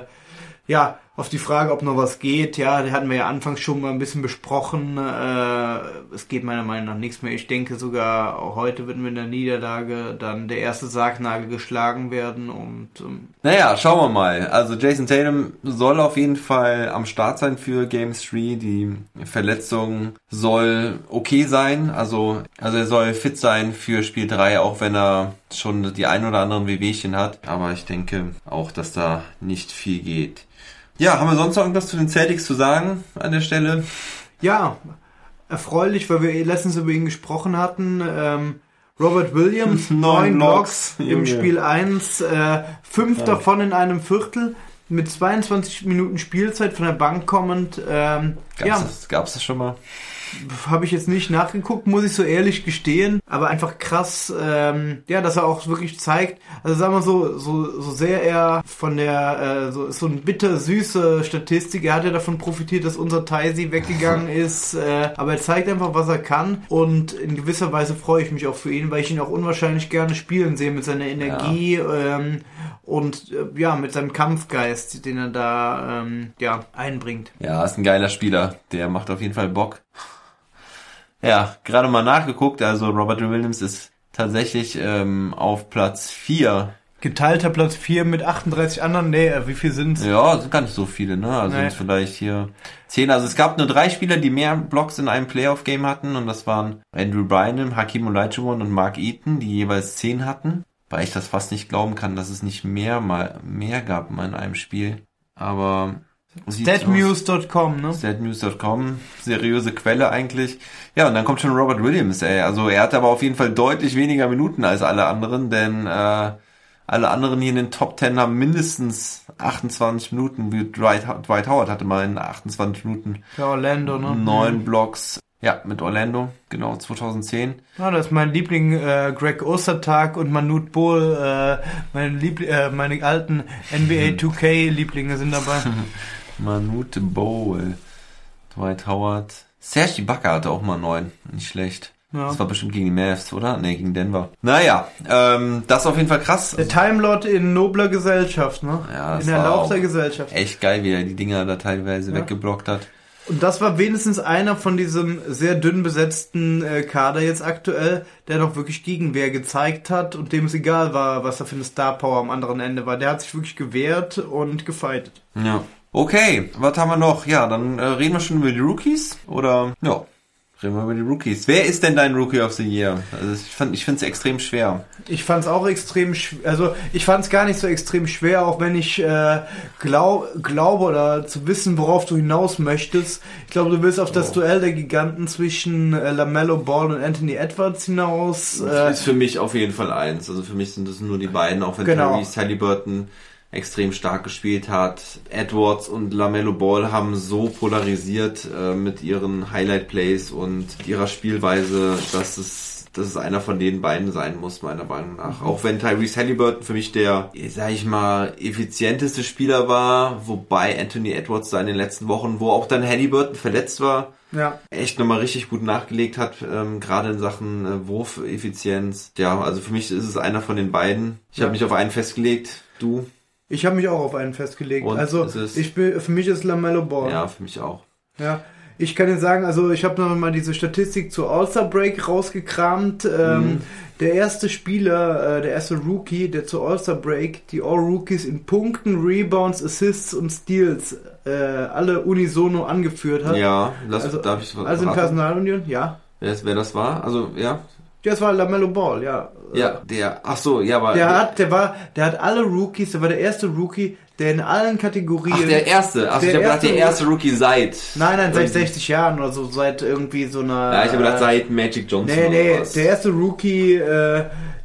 auf die Frage, ob noch was geht, die hatten wir ja anfangs schon mal ein bisschen besprochen. Es geht meiner Meinung nach nichts mehr. Ich denke sogar, auch heute wird mit der Niederlage dann der erste Sargnagel geschlagen werden und naja, schauen wir mal. Also Jason Tatum soll auf jeden Fall am Start sein für Game 3. Die Verletzung soll okay sein. Also er soll fit sein für Spiel 3, auch wenn er schon die ein oder anderen Wehwehchen hat. Aber ich denke auch, dass da nicht viel geht. Ja, haben wir sonst noch irgendwas zu den Celtics zu sagen an der Stelle? Ja, erfreulich, weil wir letztens über ihn gesprochen hatten. Robert Williams, 9 Blocks im Spiel 1, 5 davon in einem Viertel, mit 22 Minuten Spielzeit von der Bank kommend. Gab's das schon mal? Habe ich jetzt nicht nachgeguckt, muss ich so ehrlich gestehen, aber einfach krass, dass er auch wirklich zeigt, also sagen wir so sehr er von der, so ein bittersüße Statistik, er hat ja davon profitiert, dass unser Taisi weggegangen ist, aber er zeigt einfach, was er kann und in gewisser Weise freue ich mich auch für ihn, weil ich ihn auch unwahrscheinlich gerne spielen sehe mit seiner Energie, und mit seinem Kampfgeist, den er da einbringt. Ja, ist ein geiler Spieler, der macht auf jeden Fall Bock. Ja, gerade mal nachgeguckt, also Robert Williams ist tatsächlich auf Platz 4. Geteilter Platz 4 mit 38 anderen, wie viel sind's? Ja, sind gar nicht so viele, ne? Also sind vielleicht hier 10. Also es gab nur 3 Spieler, die mehr Blocks in einem Playoff-Game hatten und das waren Andrew Bynum, Hakeem Olajuwon und Mark Eaton, die jeweils 10 hatten. Weil ich das fast nicht glauben kann, dass es nicht mehr gab mal in einem Spiel. Aber Statnews.com, ne? Statnews.com, seriöse Quelle eigentlich. Ja, und dann kommt schon Robert Williams, ey. Also er hat aber auf jeden Fall deutlich weniger Minuten als alle anderen, denn alle anderen hier in den Top 10 haben mindestens 28 Minuten, wie Dwight Howard hatte mal in 28 Minuten. Ja, Orlando, ne? 9 Blocks. Ja, mit Orlando, genau, 2010. Ja, das ist mein Liebling, Greg Ostertag und Manute Bol, meine alten NBA 2K-Lieblinge sind dabei. Manute Bol, Dwight Howard. Serge Ibaka hatte auch mal 9, nicht schlecht. Ja. Das war bestimmt gegen die Mavs, oder? Ne, gegen Denver. Naja, das ist auf jeden Fall krass. Der Timelord in nobler Gesellschaft, ne? Ja, in der Lauf der Gesellschaft. Echt geil, wie er die Dinger da teilweise weggeblockt hat. Und das war wenigstens einer von diesem sehr dünn besetzten Kader jetzt aktuell, der noch wirklich Gegenwehr gezeigt hat und dem es egal war, was da für eine Star Power am anderen Ende war. Der hat sich wirklich gewehrt und gefightet. Ja. Okay, was haben wir noch? Ja, dann reden wir schon über die Rookies, oder? Ja, reden wir über die Rookies. Wer ist denn dein Rookie of the Year? Also ich finde es extrem schwer. Ich fand es auch extrem schwer, also ich fand es gar nicht so extrem schwer, auch wenn ich glaube oder zu wissen, worauf du hinaus möchtest. Ich glaube, du willst auf das Duell der Giganten zwischen LaMelo Ball und Anthony Edwards hinaus. Ist für mich auf jeden Fall eins. Also für mich sind das nur die beiden, auch wenn Tyrese Haliburton extrem stark gespielt hat. Edwards und LaMelo Ball haben so polarisiert mit ihren Highlight-Plays und ihrer Spielweise, dass es einer von den beiden sein muss, meiner Meinung nach. Auch wenn Tyrese Haliburton für mich der, sag ich mal, effizienteste Spieler war, wobei Anthony Edwards da in den letzten Wochen, wo auch dann Haliburton verletzt war, echt nochmal richtig gut nachgelegt hat, gerade in Sachen Wurfeffizienz. Ja, also für mich ist es einer von den beiden. Ich habe mich auf einen festgelegt. Du? Ich habe mich auch auf einen festgelegt. Und also für mich ist LaMelo Ball. Ja, für mich auch. Ja, ich kann dir sagen, also ich habe noch mal diese Statistik zur All-Star Break rausgekramt. Der erste Spieler, der erste Rookie, der zur All-Star Break die All-Rookies in Punkten, Rebounds, Assists und Steals alle unisono angeführt hat. Ja, darf ich was also in Personalunion, ja. Wer das war? Also, ja. Ja, es war LaMelo Ball, ja. Ja, aber... Der hat alle Rookies, der war der erste Rookie, der in allen Kategorien... Ach, der erste. Also ich habe gedacht, der erste Rookie seit... Nein, seit 60 Jahren oder so, seit irgendwie so einer... Ja, ich habe gedacht, seit Magic Johnson Nee, der erste Rookie,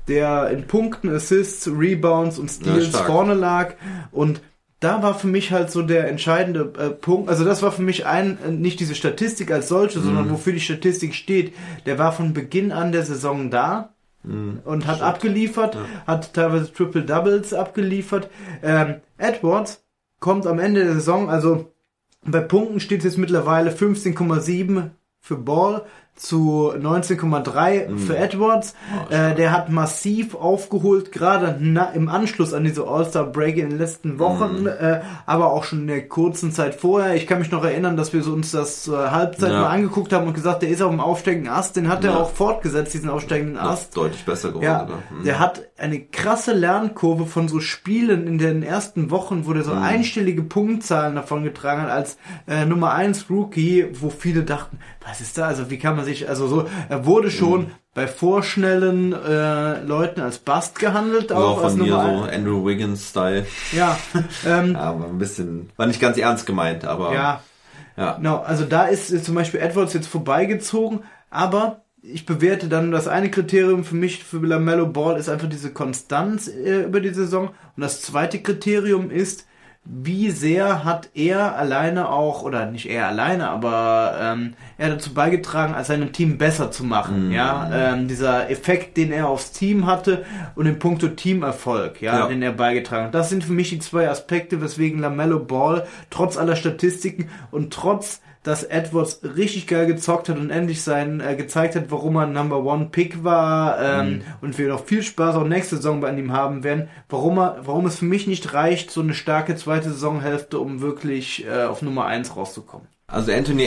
der in Punkten, Assists, Rebounds und Steals vorne lag. Und da war für mich halt so der entscheidende Punkt, also das war für mich nicht diese Statistik als solche, sondern wofür die Statistik steht. Der war von Beginn an der Saison da und hat abgeliefert, hat teilweise Triple-Doubles abgeliefert. Edwards kommt am Ende der Saison, also bei Punkten steht es jetzt mittlerweile 15,7 für Ball zu 19,3 für Edwards. Der hat massiv aufgeholt, gerade im Anschluss an diese All-Star-Break in den letzten Wochen, aber auch schon in der kurzen Zeit vorher. Ich kann mich noch erinnern, dass wir uns das zur Halbzeit mal angeguckt haben und gesagt, der ist auf dem aufsteigenden Ast. Den hat er auch fortgesetzt, diesen aufsteigenden Ast. Deutlich besser geworden. Ja, der hat eine krasse Lernkurve von so Spielen in den ersten Wochen, wo der so einstellige Punktzahlen davon getragen hat, als Nummer 1 Rookie, wo viele dachten, was ist da? Also wie kann man sich, also so, er wurde schon bei vorschnellen Leuten als Bust gehandelt. Auch von mir so Andrew Wiggins-Style. Ja. Aber ein bisschen, war nicht ganz ernst gemeint, aber... Ja. Genau, also da ist zum Beispiel Edwards jetzt vorbeigezogen, aber ich bewerte dann, das eine Kriterium für mich, für LaMelo Ball, ist einfach diese Konstanz über die Saison. Und das zweite Kriterium ist, wie sehr hat er alleine auch, oder nicht er alleine, aber er dazu beigetragen, als seinem Team besser zu machen. Dieser Effekt, den er aufs Team hatte und in puncto Teamerfolg, den er beigetragen hat. Das sind für mich die zwei Aspekte, weswegen LaMelo Ball trotz aller Statistiken und trotz dass Edwards richtig geil gezockt hat und endlich gezeigt hat, warum er ein Number One Pick war und wir noch viel Spaß auch nächste Saison bei ihm haben werden, warum es für mich nicht reicht, so eine starke zweite Saisonhälfte, um wirklich auf Nummer 1 rauszukommen. Also Anthony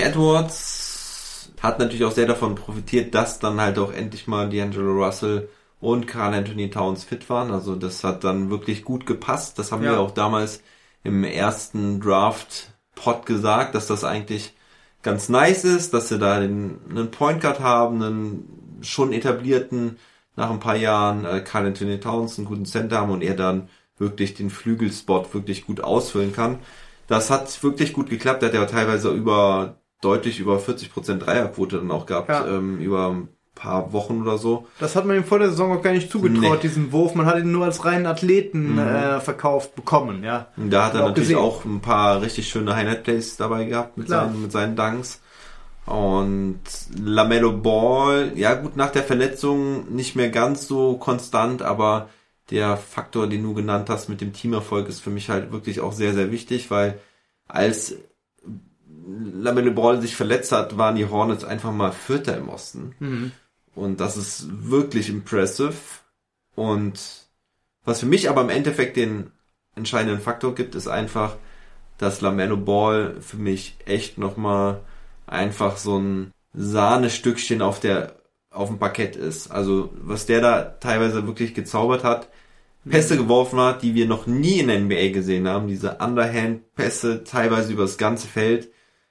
Edwards hat natürlich auch sehr davon profitiert, dass dann halt auch endlich mal D'Angelo Russell und Karl Anthony Towns fit waren. Also das hat dann wirklich gut gepasst. Das haben wir auch damals im ersten Draft-Pod gesagt, dass das eigentlich ganz nice ist, dass sie da einen Point Guard haben, einen schon etablierten, nach ein paar Jahren Karl Anthony Towns, einen guten Center haben und er dann wirklich den Flügelspot wirklich gut ausfüllen kann. Das hat wirklich gut geklappt, der hat ja teilweise deutlich über 40% Dreierquote dann auch gehabt, über ein paar Wochen oder so. Das hat man ihm vor der Saison auch gar nicht zugetraut, diesen Wurf. Man hat ihn nur als reinen Athleten verkauft bekommen, ja. Und da hat er natürlich auch ein paar richtig schöne Highlight-Plays dabei gehabt mit seinen Dunks. Und LaMelo Ball, ja gut, nach der Verletzung nicht mehr ganz so konstant, aber der Faktor, den du genannt hast mit dem Teamerfolg, ist für mich halt wirklich auch sehr, sehr wichtig, weil als LaMelo Ball sich verletzt hat, waren die Hornets einfach mal Vierter im Osten. Und das ist wirklich impressive. Und was für mich aber im Endeffekt den entscheidenden Faktor gibt, ist einfach, dass LaMelo Ball für mich echt nochmal einfach so ein Sahnestückchen auf dem Parkett ist. Also was der da teilweise wirklich gezaubert hat, Pässe geworfen hat, die wir noch nie in der NBA gesehen haben, diese Underhand-Pässe teilweise über das ganze Feld,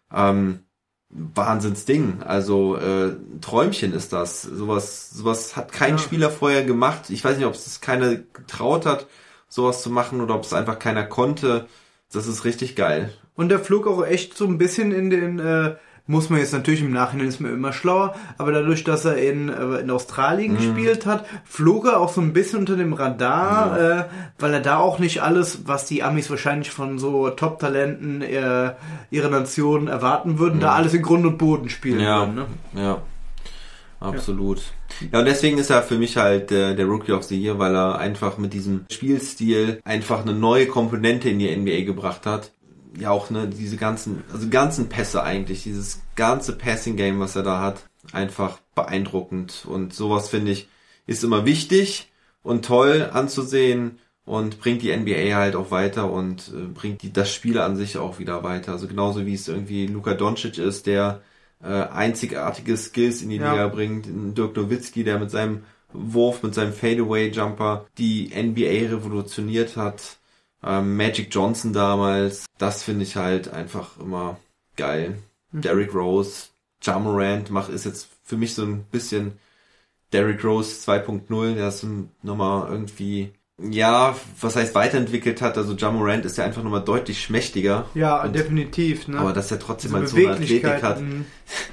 Wahnsinnsding. Also Träumchen ist das. Sowas hat kein Spieler vorher gemacht. Ich weiß nicht, ob es keiner getraut hat, sowas zu machen oder ob es einfach keiner konnte. Das ist richtig geil. Und der flog auch echt so ein bisschen in den muss man jetzt natürlich im Nachhinein, ist man immer schlauer, aber dadurch, dass er in Australien gespielt hat, flog er auch so ein bisschen unter dem Radar, weil er da auch nicht alles, was die Amis wahrscheinlich von so Top-Talenten ihrer Nation erwarten würden, da alles in Grund und Boden spielen würden. Ne? Ja, absolut. Ja, und deswegen ist er für mich halt der Rookie of the Year, weil er einfach mit diesem Spielstil einfach eine neue Komponente in die NBA gebracht hat. Ja, auch diese ganzen Pässe eigentlich, dieses ganze Passing-Game, was er da hat, einfach beeindruckend. Und sowas, finde ich, ist immer wichtig und toll anzusehen und bringt die NBA halt auch weiter und bringt das Spiel an sich auch wieder weiter. Also genauso wie es irgendwie Luka Doncic ist, der einzigartige Skills in die Liga bringt, Dirk Nowitzki, der mit seinem Wurf, mit seinem Fadeaway-Jumper die NBA revolutioniert hat. Magic Johnson damals, das finde ich halt einfach immer geil. Derrick Rose, Ja Morant ist jetzt für mich so ein bisschen Derrick Rose 2.0, der ist nochmal irgendwie, was heißt weiterentwickelt hat. Also Ja Morant ist ja einfach nochmal deutlich schmächtiger. Ja, definitiv. Ne? Aber dass er trotzdem halt so eine Athletik hat.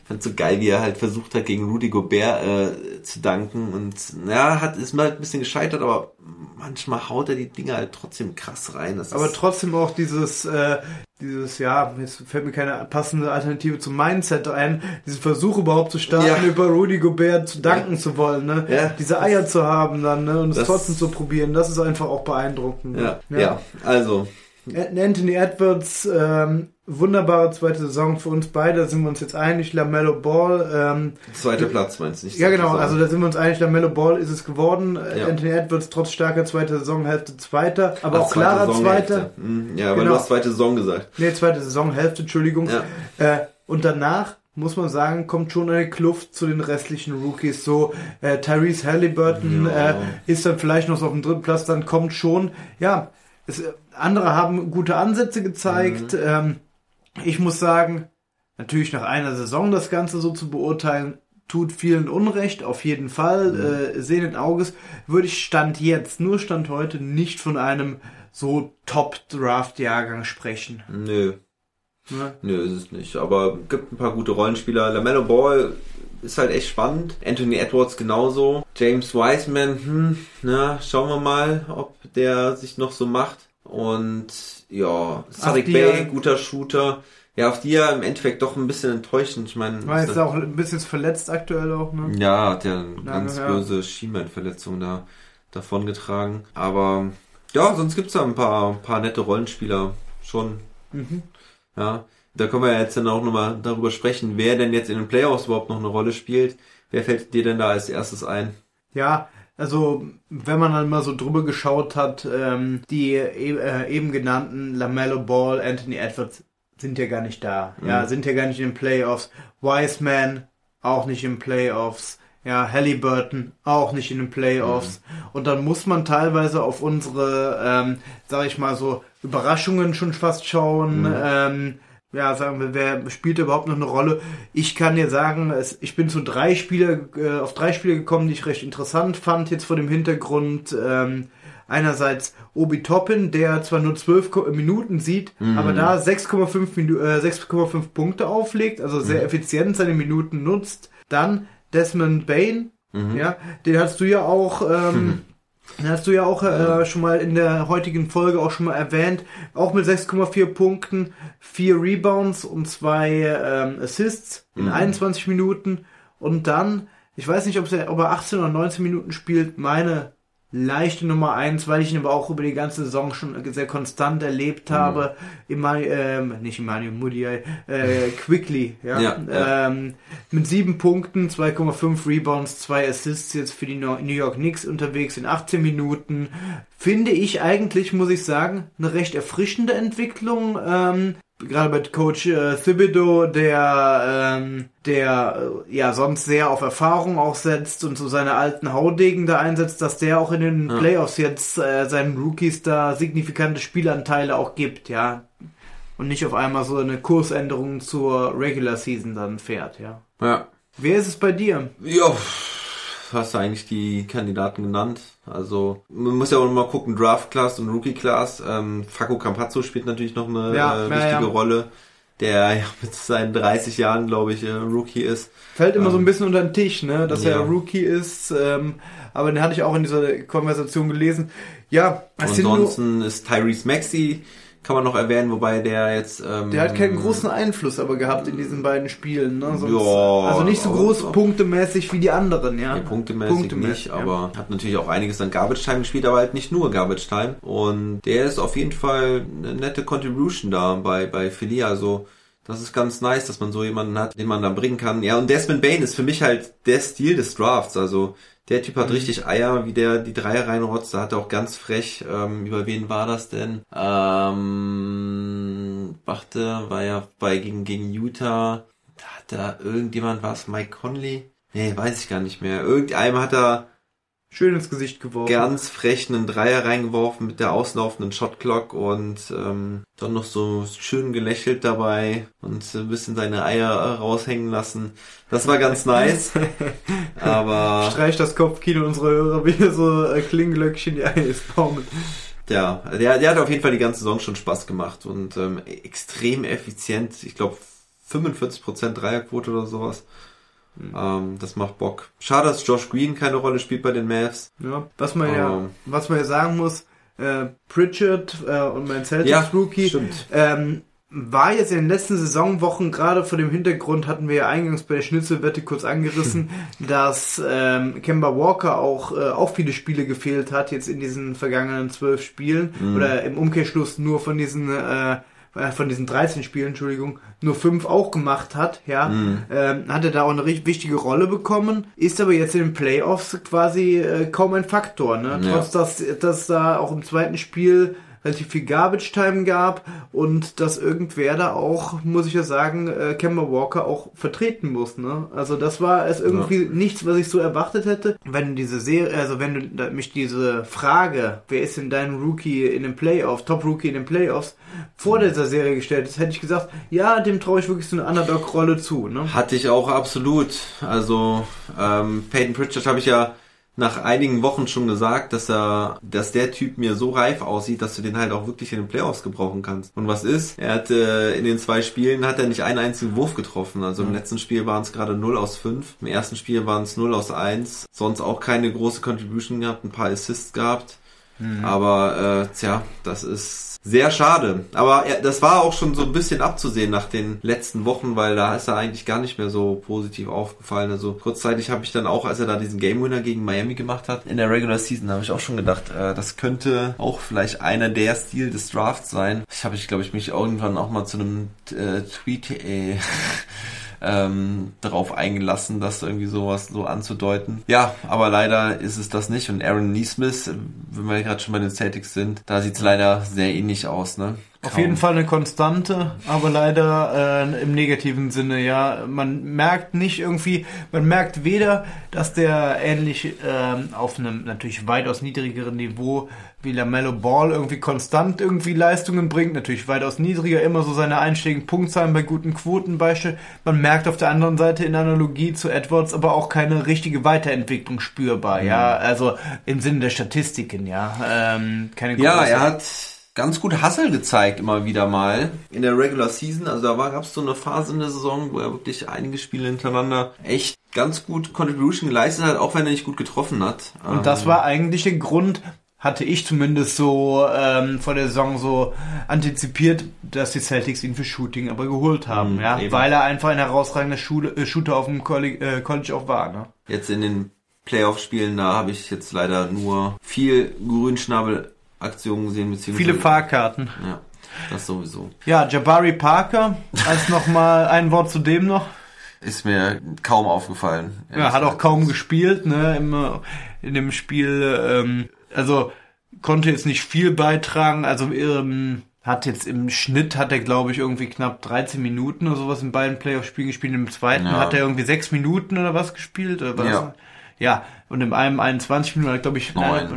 fand so geil, wie er halt versucht hat, gegen Rudy Gobert zu danken und ist mal ein bisschen gescheitert, aber manchmal haut er die Dinger halt trotzdem krass rein. Aber trotzdem auch dieses, jetzt fällt mir keine passende Alternative zum Mindset ein, diesen Versuch überhaupt zu starten, über Rudy Gobert zu danken zu wollen, ne? Ja. Diese Eier zu haben dann, ne? Und es trotzdem zu probieren, das ist einfach auch beeindruckend. Ja, also. Anthony Edwards, wunderbare zweite Saison für uns beide, da sind wir uns jetzt einig, LaMelo Ball. Zweiter Platz meinst du nicht? Ja genau, also da sind wir uns einig, LaMelo Ball ist es geworden, Anthony Edwards trotz starker zweiter Saisonhälfte Zweiter, aber auch klarer Zweiter. Ja, aber du hast zweite Saison gesagt. Nee, zweite Saisonhälfte, Entschuldigung. Ja. Und danach, muss man sagen, kommt schon eine Kluft zu den restlichen Rookies, so Tyrese Halliburton ist dann vielleicht noch so auf dem dritten Platz, dann kommt schon, andere haben gute Ansätze gezeigt. Ich muss sagen, natürlich nach einer Saison das Ganze so zu beurteilen, tut vielen Unrecht, auf jeden Fall. Sehenden Auges würde ich Stand heute nicht von einem so Top-Draft-Jahrgang sprechen. Nö, ist es nicht. Aber gibt ein paar gute Rollenspieler. LaMelo Ball ist halt echt spannend. Anthony Edwards genauso. James Wiseman, schauen wir mal, ob der sich noch so macht. Und Sadiq Bey, guter Shooter. Ja, auf die ja im Endeffekt doch ein bisschen enttäuschend. Ich meine, war jetzt auch ein bisschen verletzt aktuell auch, ne? Ja, hat ja eine ganz böse Schienbeinverletzung davongetragen. Aber sonst gibt's da ein paar nette Rollenspieler schon. Ja, da können wir ja jetzt dann auch nochmal darüber sprechen, wer denn jetzt in den Playoffs überhaupt noch eine Rolle spielt. Wer fällt dir denn da als erstes ein? Ja, also wenn man dann mal so drüber geschaut hat, die eben genannten LaMelo Ball, Anthony Edwards sind ja gar nicht da. Sind ja gar nicht in den Playoffs. Wiseman auch nicht in den Playoffs. Halliburton auch nicht in den Playoffs. Und dann muss man teilweise auf unsere, sag ich mal so, Überraschungen schon fast schauen. Sagen wir, wer spielt überhaupt noch eine Rolle? Ich kann dir sagen, ich bin zu auf 3 Spiele gekommen, die ich recht interessant fand, jetzt vor dem Hintergrund, einerseits Obi Toppin, der zwar nur 12 Minuten sieht, aber da 6,5 Punkte auflegt, also sehr effizient seine Minuten nutzt. Dann Desmond Bane, den hast du ja auch, schon mal in der heutigen Folge auch schon mal erwähnt, auch mit 6,4 Punkten, 4 Rebounds und 2 Assists in 21 Minuten. Und dann, ich weiß nicht, ob er 18 oder 19 Minuten spielt, meine leichte Nummer 1, weil ich ihn aber auch über die ganze Saison schon sehr konstant erlebt habe. Nicht Emmanuel Mudiay, Quickly, mit 7 Punkten, 2,5 Rebounds, 2 Assists jetzt für die New York Knicks unterwegs in 18 Minuten. Finde ich eigentlich, muss ich sagen, eine recht erfrischende Entwicklung. Gerade bei Coach Thibodeau, der sonst sehr auf Erfahrung auch setzt und so seine alten Haudegen da einsetzt, dass der auch in den Playoffs jetzt seinen Rookies da signifikante Spielanteile auch gibt, und nicht auf einmal so eine Kursänderung zur Regular Season dann fährt, Ja. Wer ist es bei dir? Hast du eigentlich die Kandidaten genannt. Also man muss ja auch noch mal gucken, Draft Class und Rookie Class. Facu Campazzo spielt natürlich noch eine wichtige Rolle, der mit seinen 30 Jahren, glaube ich, Rookie ist. Fällt immer so ein bisschen unter den Tisch, ne, dass er Rookie ist, aber den hatte ich auch in dieser Konversation gelesen. Ansonsten ist Tyrese Maxey, kann man noch erwähnen, wobei der jetzt... der hat keinen großen Einfluss aber gehabt in diesen beiden Spielen, ne? Also nicht so groß punktemäßig wie die anderen, punktemäßig nicht, aber hat natürlich auch einiges an Garbage Time gespielt, aber halt nicht nur Garbage Time. Und der ist auf jeden Fall eine nette Contribution da bei Philly, also das ist ganz nice, dass man so jemanden hat, den man da bringen kann. Ja, und Desmond Bane ist für mich halt der Stil des Drafts, also der Typ hat richtig Eier, wie der die Dreier reinrotzt. Da hat er auch ganz frech, über wen war das denn? War ja gegen Utah. Da hat da irgendjemand, war es Mike Conley? Nee, weiß ich gar nicht mehr. Irgendeinem hat er schön ins Gesicht geworfen. Ganz frech einen Dreier reingeworfen mit der auslaufenden Shotclock und dann noch so schön gelächelt dabei und ein bisschen seine Eier raushängen lassen. Das war ganz nice. Aber streicht das Kopfkino unserer Hörer wieder so Klingelöckchen die Eier baumeln. Ja, der hat auf jeden Fall die ganze Saison schon Spaß gemacht und extrem effizient. Ich glaube 45% Dreierquote oder sowas. Das macht Bock. Schade, dass Josh Green keine Rolle spielt bei den Mavs. Ja, was man ja sagen muss, Pritchard und mein Celtics-Rookie war jetzt in den letzten Saisonwochen, gerade vor dem Hintergrund, hatten wir ja eingangs bei der Schnitzelwette kurz angerissen, dass Kemba Walker auch viele Spiele gefehlt hat, jetzt in diesen vergangenen 12 Spielen, oder im Umkehrschluss nur von diesen 13 Spielen, nur 5 auch gemacht hat, ja, hat er da auch eine wichtige Rolle bekommen, ist aber jetzt in den Playoffs quasi kaum ein Faktor, ne? Ja. Trotz, dass da auch im zweiten Spiel relativ viel Garbage-Time gab und dass irgendwer da auch, muss ich ja sagen, Kemba Walker auch vertreten muss, ne? Also das war es irgendwie nichts, was ich so erwartet hätte. Wenn diese Serie, also wenn du mich diese Frage, wer ist denn dein Rookie in den Playoffs, Top-Rookie in den Playoffs, vor dieser Serie gestellt hättest, hätte ich gesagt, ja, dem traue ich wirklich so eine Underdog-Rolle zu, ne? Hatte ich auch absolut. Also Peyton Pritchard habe ich ja nach einigen Wochen schon gesagt, dass der Typ mir so reif aussieht, dass du den halt auch wirklich in den Playoffs gebrauchen kannst. Und was ist? Er hat in den 2 Spielen hat er nicht einen einzigen Wurf getroffen. Also im letzten Spiel waren es gerade 0 aus 5. Im ersten Spiel waren es 0 aus 1. Sonst auch keine große Contribution gehabt, ein paar Assists gehabt. Aber das ist sehr schade. Aber das war auch schon so ein bisschen abzusehen nach den letzten Wochen, weil da ist er eigentlich gar nicht mehr so positiv aufgefallen. Also kurzzeitig habe ich dann auch, als er da diesen Game Winner gegen Miami gemacht hat, in der Regular Season, habe ich auch schon gedacht, das könnte auch vielleicht einer der Stil des Drafts sein. Ich glaube, ich mich irgendwann auch mal zu einem Tweet darauf eingelassen, das irgendwie sowas so anzudeuten. Ja, aber leider ist es das nicht. Und Aaron Nesmith, wenn wir gerade schon bei den Celtics sind, da sieht es leider sehr ähnlich aus, ne? Auf jeden Fall eine Konstante, aber leider im negativen Sinne, ja. Man merkt weder, dass der ähnlich auf einem natürlich weitaus niedrigeren Niveau wie LaMelo Ball irgendwie konstant irgendwie Leistungen bringt, natürlich weitaus niedriger, immer so seine einschlägigen Punktzahlen bei guten Quotenbeispielen. Man merkt auf der anderen Seite in Analogie zu Edwards aber auch keine richtige Weiterentwicklung spürbar, ja. Also im Sinne der Statistiken, ja. Keine große. Ja, er hat ganz gut Hustle gezeigt immer wieder mal in der Regular Season. Also da gab es so eine Phase in der Saison, wo er wirklich einige Spiele hintereinander echt ganz gut Contribution geleistet hat, auch wenn er nicht gut getroffen hat. Und das war eigentlich der Grund, hatte ich zumindest so vor der Saison so antizipiert, dass die Celtics ihn für Shooting aber geholt haben, ja, eben. Weil er einfach ein herausragender Shooter auf dem College auch war, ne? Jetzt in den Playoff-Spielen, da habe ich jetzt leider nur viel Grünschnabel-Aktionen gesehen, beziehungsweise viele Fahrkarten. Ja, das sowieso. Ja, Jabari Parker, als nochmal ein Wort zu dem noch. Ist mir kaum aufgefallen. Ja, hat auch kaum gespielt, ne, in dem Spiel, also konnte jetzt nicht viel beitragen, also hat jetzt im Schnitt, hat er glaube ich irgendwie knapp 13 Minuten oder sowas in beiden Playoff-Spielen gespielt, im zweiten hat er irgendwie 6 Minuten oder was gespielt, oder was? Ja. Ja, und in einem 21 Minuten hat er, glaube ich,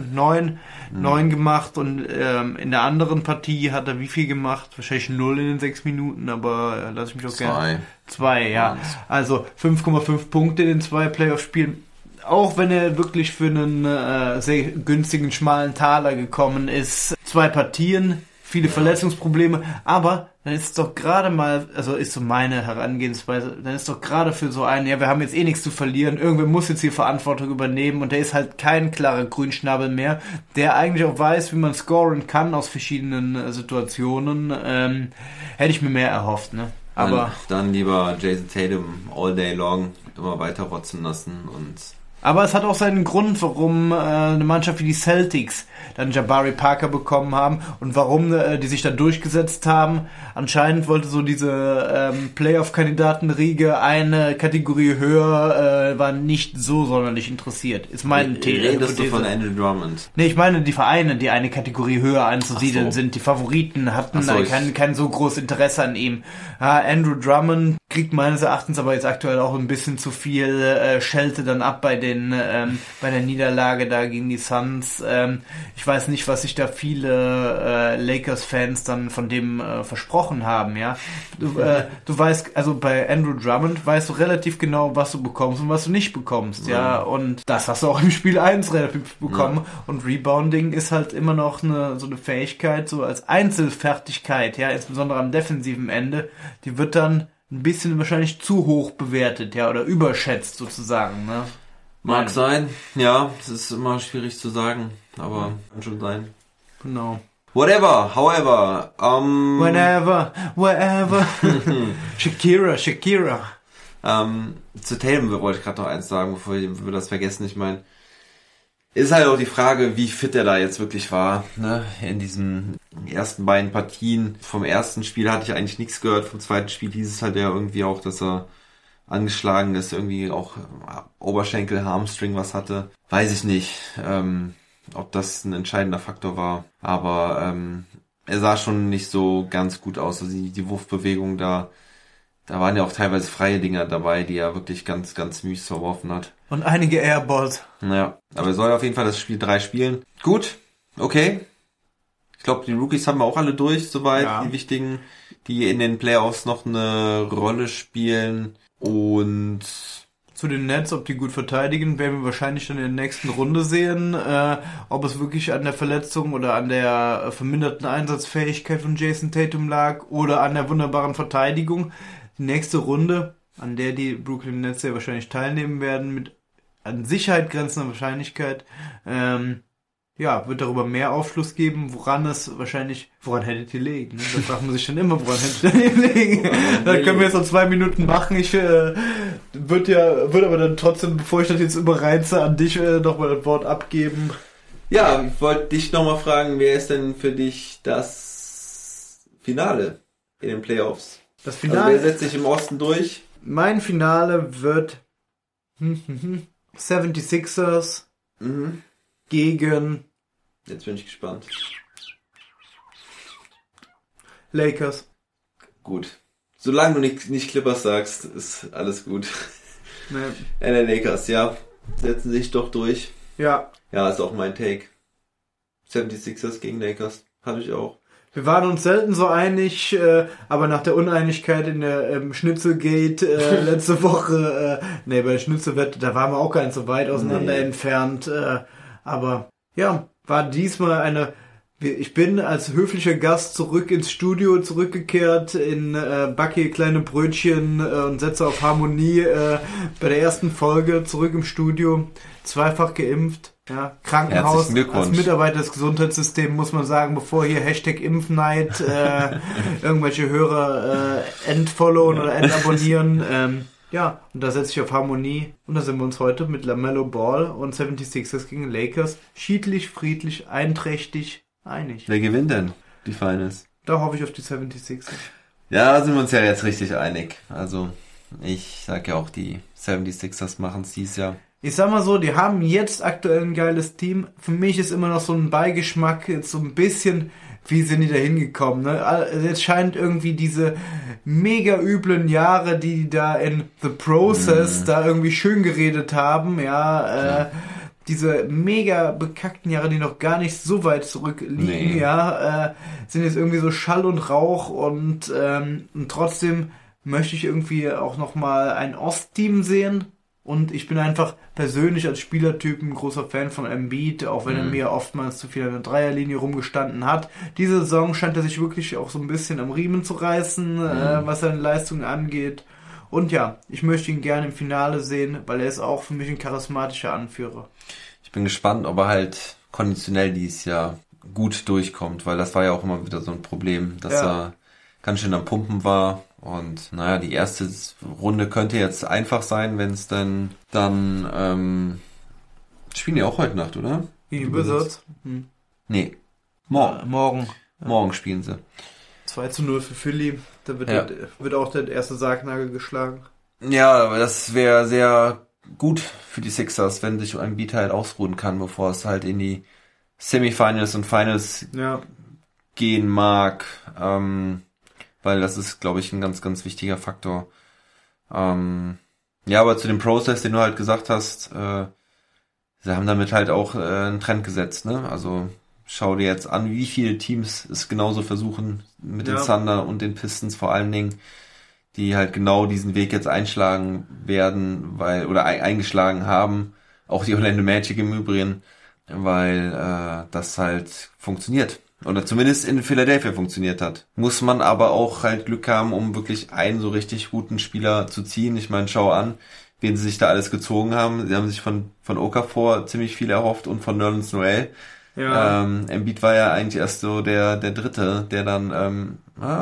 9 gemacht und in der anderen Partie hat er wie viel gemacht? Wahrscheinlich 0 in den 6 Minuten, aber lass ich mich auch gerne. 2, ja. Also 5,5 Punkte in den 2 Playoff-Spielen. Auch wenn er wirklich für einen sehr günstigen, schmalen Taler gekommen ist. 2 Partien, viele Verletzungsprobleme, aber dann ist es doch gerade mal, also ist so meine Herangehensweise, dann ist doch gerade für so einen, ja, wir haben jetzt eh nichts zu verlieren, irgendwer muss jetzt hier Verantwortung übernehmen und der ist halt kein klarer Grünschnabel mehr, der eigentlich auch weiß, wie man scoren kann aus verschiedenen Situationen, hätte ich mir mehr erhofft, ne? Aber dann lieber Jason Tatum all day long immer weiter rotzen lassen und... Aber es hat auch seinen Grund, warum eine Mannschaft wie die Celtics dann Jabari Parker bekommen haben und warum die sich dann durchgesetzt haben. Anscheinend wollte so diese Playoff-Kandidatenriege eine Kategorie höher, war nicht so sonderlich interessiert. Ist meine These. Redest du von Andrew Drummond? Nee, ich meine die Vereine, die eine Kategorie höher anzusiedeln sind. Die Favoriten hatten kein so großes Interesse an ihm. Andrew Drummond kriegt meines Erachtens aber jetzt aktuell auch ein bisschen zu viel Schelte dann ab bei der Niederlage da gegen die Suns. Ich weiß nicht, was sich da viele Lakers-Fans dann von dem versprochen haben, ja. Du weißt, also bei Andrew Drummond weißt du relativ genau, was du bekommst und was du nicht bekommst, ja. Und das hast du auch im Spiel 1 relativ bekommen. Ja. Und Rebounding ist halt immer noch so eine Fähigkeit, so als Einzelfertigkeit, ja, insbesondere am defensiven Ende, die wird dann ein bisschen wahrscheinlich zu hoch bewertet, ja, oder überschätzt sozusagen, ne? Mag sein, ja, es ist immer schwierig zu sagen, aber kann schon sein. Genau. Whatever, however, Whenever, wherever. Shakira. Zu Tatum wollte ich gerade noch eins sagen, bevor wir das vergessen. Ich meine, ist halt auch die Frage, wie fit er da jetzt wirklich war, ne? In diesen ersten beiden Partien. Vom ersten Spiel hatte ich eigentlich nichts gehört, vom zweiten Spiel hieß es halt ja irgendwie auch, dass er angeschlagen ist, irgendwie auch Oberschenkel, Hamstring was hatte. Weiß ich nicht, ob das ein entscheidender Faktor war, aber er sah schon nicht so ganz gut aus. Also die Wurfbewegung da waren ja auch teilweise freie Dinger dabei, die er wirklich ganz, ganz mies verworfen hat. Und einige Airballs. Naja, aber er soll auf jeden Fall das Spiel 3 spielen. Gut, okay. Ich glaube, die Rookies haben wir auch alle durch, soweit. Ja. Die wichtigen, die in den Playoffs noch eine Rolle spielen. Und zu den Nets, ob die gut verteidigen, werden wir wahrscheinlich dann in der nächsten Runde sehen. Ob es wirklich an der Verletzung oder an der verminderten Einsatzfähigkeit von Jason Tatum lag oder an der wunderbaren Verteidigung. Die nächste Runde, an der die Brooklyn Nets ja wahrscheinlich teilnehmen werden, mit an Sicherheit grenzender Wahrscheinlichkeit, wird darüber mehr Aufschluss geben, woran hättet ihr legen? Ne? Da fragt man sich schon immer, woran hättet ihr legen? Da können wir jetzt noch 2 Minuten machen. Ich würde aber dann trotzdem, bevor ich das jetzt überreize, an dich nochmal das Wort abgeben. Ja, ich wollte dich nochmal fragen, wer ist denn für dich das Finale in den Playoffs? Das Finale? Also wer setzt sich im Osten durch? Mein Finale wird 76ers gegen... Jetzt bin ich gespannt. Lakers. Gut. Solange du nicht Clippers sagst, ist alles gut. Nee. LA Lakers, ja. Setzen sich doch durch. Ja. Ja, ist auch mein Take. 76ers gegen Lakers. Hatte ich auch. Wir waren uns selten so einig, aber nach der Uneinigkeit in der Schnitzelgate letzte Woche, bei der Schnitzelwette, da waren wir auch gar nicht so weit auseinander entfernt. Aber ja, war diesmal ich bin als höflicher Gast zurück ins Studio zurückgekehrt, backe kleine Brötchen und setze auf Harmonie bei der ersten Folge zurück im Studio, zweifach geimpft. Ja, Krankenhaus als Mitarbeiter des Gesundheitssystems muss man sagen, bevor hier #Impfneid irgendwelche Hörer entfollowen oder entabonnieren. Und da setze ich auf Harmonie und da sind wir uns heute mit LaMelo Ball und 76ers gegen Lakers schiedlich, friedlich, einträchtig einig. Wer gewinnt denn die Finals? Da hoffe ich auf die 76ers. Ja, da sind wir uns ja jetzt richtig einig. Also ich sag ja auch, die 76ers machen es dieses Jahr. Ich sag mal so, die haben jetzt aktuell ein geiles Team. Für mich ist immer noch so ein Beigeschmack, jetzt so ein bisschen, wie sind die da hingekommen, ne? Also jetzt scheint irgendwie diese mega üblen Jahre, die da in The Process da irgendwie schön geredet haben, diese mega bekackten Jahre, die noch gar nicht so weit zurückliegen, sind jetzt irgendwie so Schall und Rauch und trotzdem möchte ich irgendwie auch nochmal ein Ostteam sehen. Und ich bin einfach persönlich als Spielertyp ein großer Fan von Embiid, auch wenn er mir oftmals zu viel an der Dreierlinie rumgestanden hat. Diese Saison scheint er sich wirklich auch so ein bisschen am Riemen zu reißen, was seine Leistungen angeht. Und ja, ich möchte ihn gerne im Finale sehen, weil er ist auch für mich ein charismatischer Anführer. Ich bin gespannt, ob er halt konditionell dieses Jahr gut durchkommt, weil das war ja auch immer wieder so ein Problem, dass er ganz schön am Pumpen war. Und naja, die erste Runde könnte jetzt einfach sein, wenn es dann spielen die auch heute Nacht, oder? Wie die Wizards? Nee, morgen. Morgen. Morgen spielen sie. 2:0 für Philly. Da wird auch der erste Sargnagel geschlagen. Ja, aber das wäre sehr gut für die Sixers, wenn sich Embiid halt ausruhen kann, bevor es halt in die Semifinals und Finals gehen mag. Weil das ist, glaube ich, ein ganz, ganz wichtiger Faktor. Aber zu dem Prozess, den du halt gesagt hast, sie haben damit halt auch einen Trend gesetzt, ne? Also schau dir jetzt an, wie viele Teams es genauso versuchen, mit den Thunder und den Pistons vor allen Dingen, die halt genau diesen Weg jetzt einschlagen werden, eingeschlagen haben. Auch die Orlando Magic im Übrigen, weil das halt funktioniert. Oder zumindest in Philadelphia funktioniert hat. Muss man aber auch halt Glück haben, um wirklich einen so richtig guten Spieler zu ziehen. Ich meine, schau an, wen sie sich da alles gezogen haben. Sie haben sich von Okafor ziemlich viel erhofft und von Nerlens Noel. Ja. Embiid war ja eigentlich erst so der Dritte, der dann,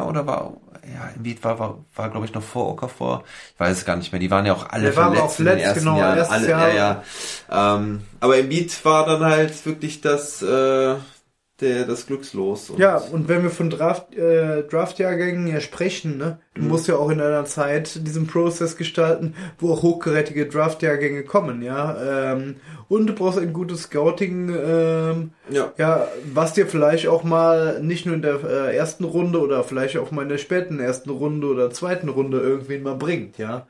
Embiid war glaube ich noch vor Okafor. Ich weiß es gar nicht mehr. Die waren ja auch alle verletzt in den ersten Jahren. Alle, Jahr. Ja. Aber Embiid war dann halt wirklich das Glückslos. Und wenn wir von Draftjahrgängen ja sprechen, ne? Du musst ja auch in einer Zeit diesen Prozess gestalten, wo auch hochkarätige Draftjahrgänge kommen, ja. Und du brauchst ein gutes Scouting, was dir vielleicht auch mal nicht nur in der ersten Runde oder vielleicht auch mal in der späten ersten Runde oder zweiten Runde irgendwen mal bringt, ja.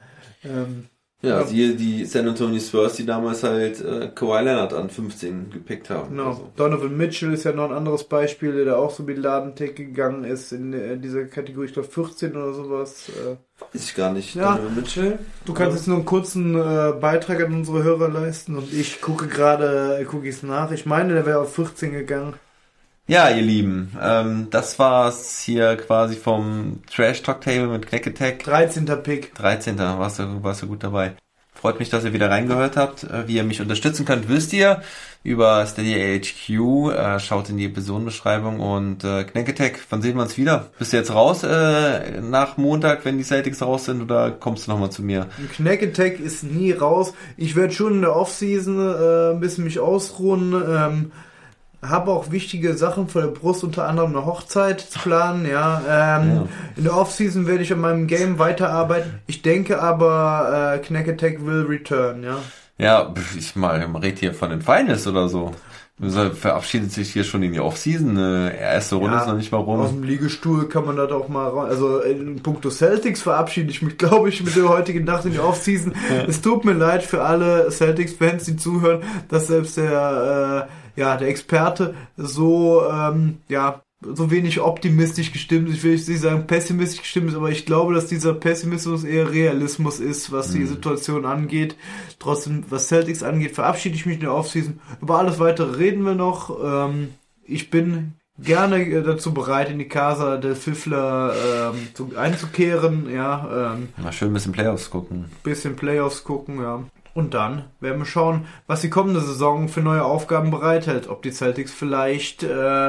Siehe die San Antonio Spurs, die damals halt Kawhi Leonard an 15 gepickt haben. Genau. So. Donovan Mitchell ist ja noch ein anderes Beispiel, der da auch so mit Ladentech gegangen ist in dieser Kategorie, ich glaube 14 oder sowas. Weiß ich gar nicht. Ja. Donovan Mitchell? Du kannst jetzt nur einen kurzen Beitrag an unsere Hörer leisten und ich gucke es nach. Ich meine, der wäre auf 14 gegangen. Ja, ihr Lieben, das war's hier quasi vom Trash Talk Table mit Knack Attack. 13. Pick. 13. Warst du gut dabei. Freut mich, dass ihr wieder reingehört habt. Wie ihr mich unterstützen könnt, wisst ihr über Steady HQ. Schaut in die Episodenbeschreibung und Knack Attack, wann sehen wir uns wieder? Bist du jetzt raus nach Montag, wenn die Celtics raus sind, oder kommst du nochmal zu mir? Knack Attack ist nie raus. Ich werde schon in der Offseason ein bisschen mich ausruhen. Habe auch wichtige Sachen vor der Brust, unter anderem eine Hochzeit zu planen, In der Offseason werde ich an meinem Game weiterarbeiten. Ich denke aber, Knack Attack will return, ja. Ja, man redet hier von den Finals oder so. Verabschiedet sich hier schon in die Offseason. Erste Runde ist noch nicht mal rum. Aus dem Liegestuhl kann man das auch mal raus. Also in puncto Celtics verabschiede ich mich, glaube ich, mit der heutigen Nacht in die Offseason. Es tut mir leid für alle Celtics-Fans, die zuhören, dass selbst der Experte so wenig optimistisch gestimmt ist. Ich will nicht sagen pessimistisch gestimmt ist, aber ich glaube, dass dieser Pessimismus eher Realismus ist, was die Situation angeht. Trotzdem, was Celtics angeht, verabschiede ich mich in der Offseason. Über alles Weitere reden wir noch. Ich bin gerne dazu bereit, in die Casa der Pfiffler einzukehren. Mal schön ein bisschen Playoffs gucken. Ja. Und dann werden wir schauen, was die kommende Saison für neue Aufgaben bereithält. Ob die Celtics vielleicht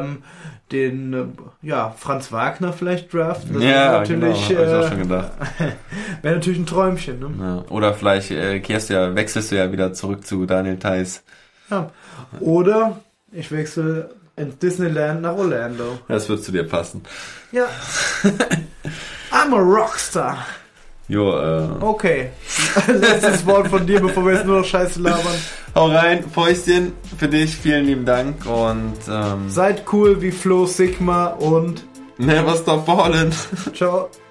den Franz Wagner vielleicht draften. Das wäre natürlich, genau, hab ich auch schon gedacht. Wäre natürlich ein Träumchen. Ne? Ja, oder vielleicht wechselst du ja wieder zurück zu Daniel Theis. Ja. Oder ich wechsle in Disneyland nach Orlando. Das wird zu dir passen. Ja. I'm a Rockstar. Jo, Okay. Letztes Wort von dir, bevor wir jetzt nur noch Scheiße labern. Hau rein, Fäustchen für dich, vielen lieben Dank und seid cool wie Flo Sigma und never stop ballin'. Ciao.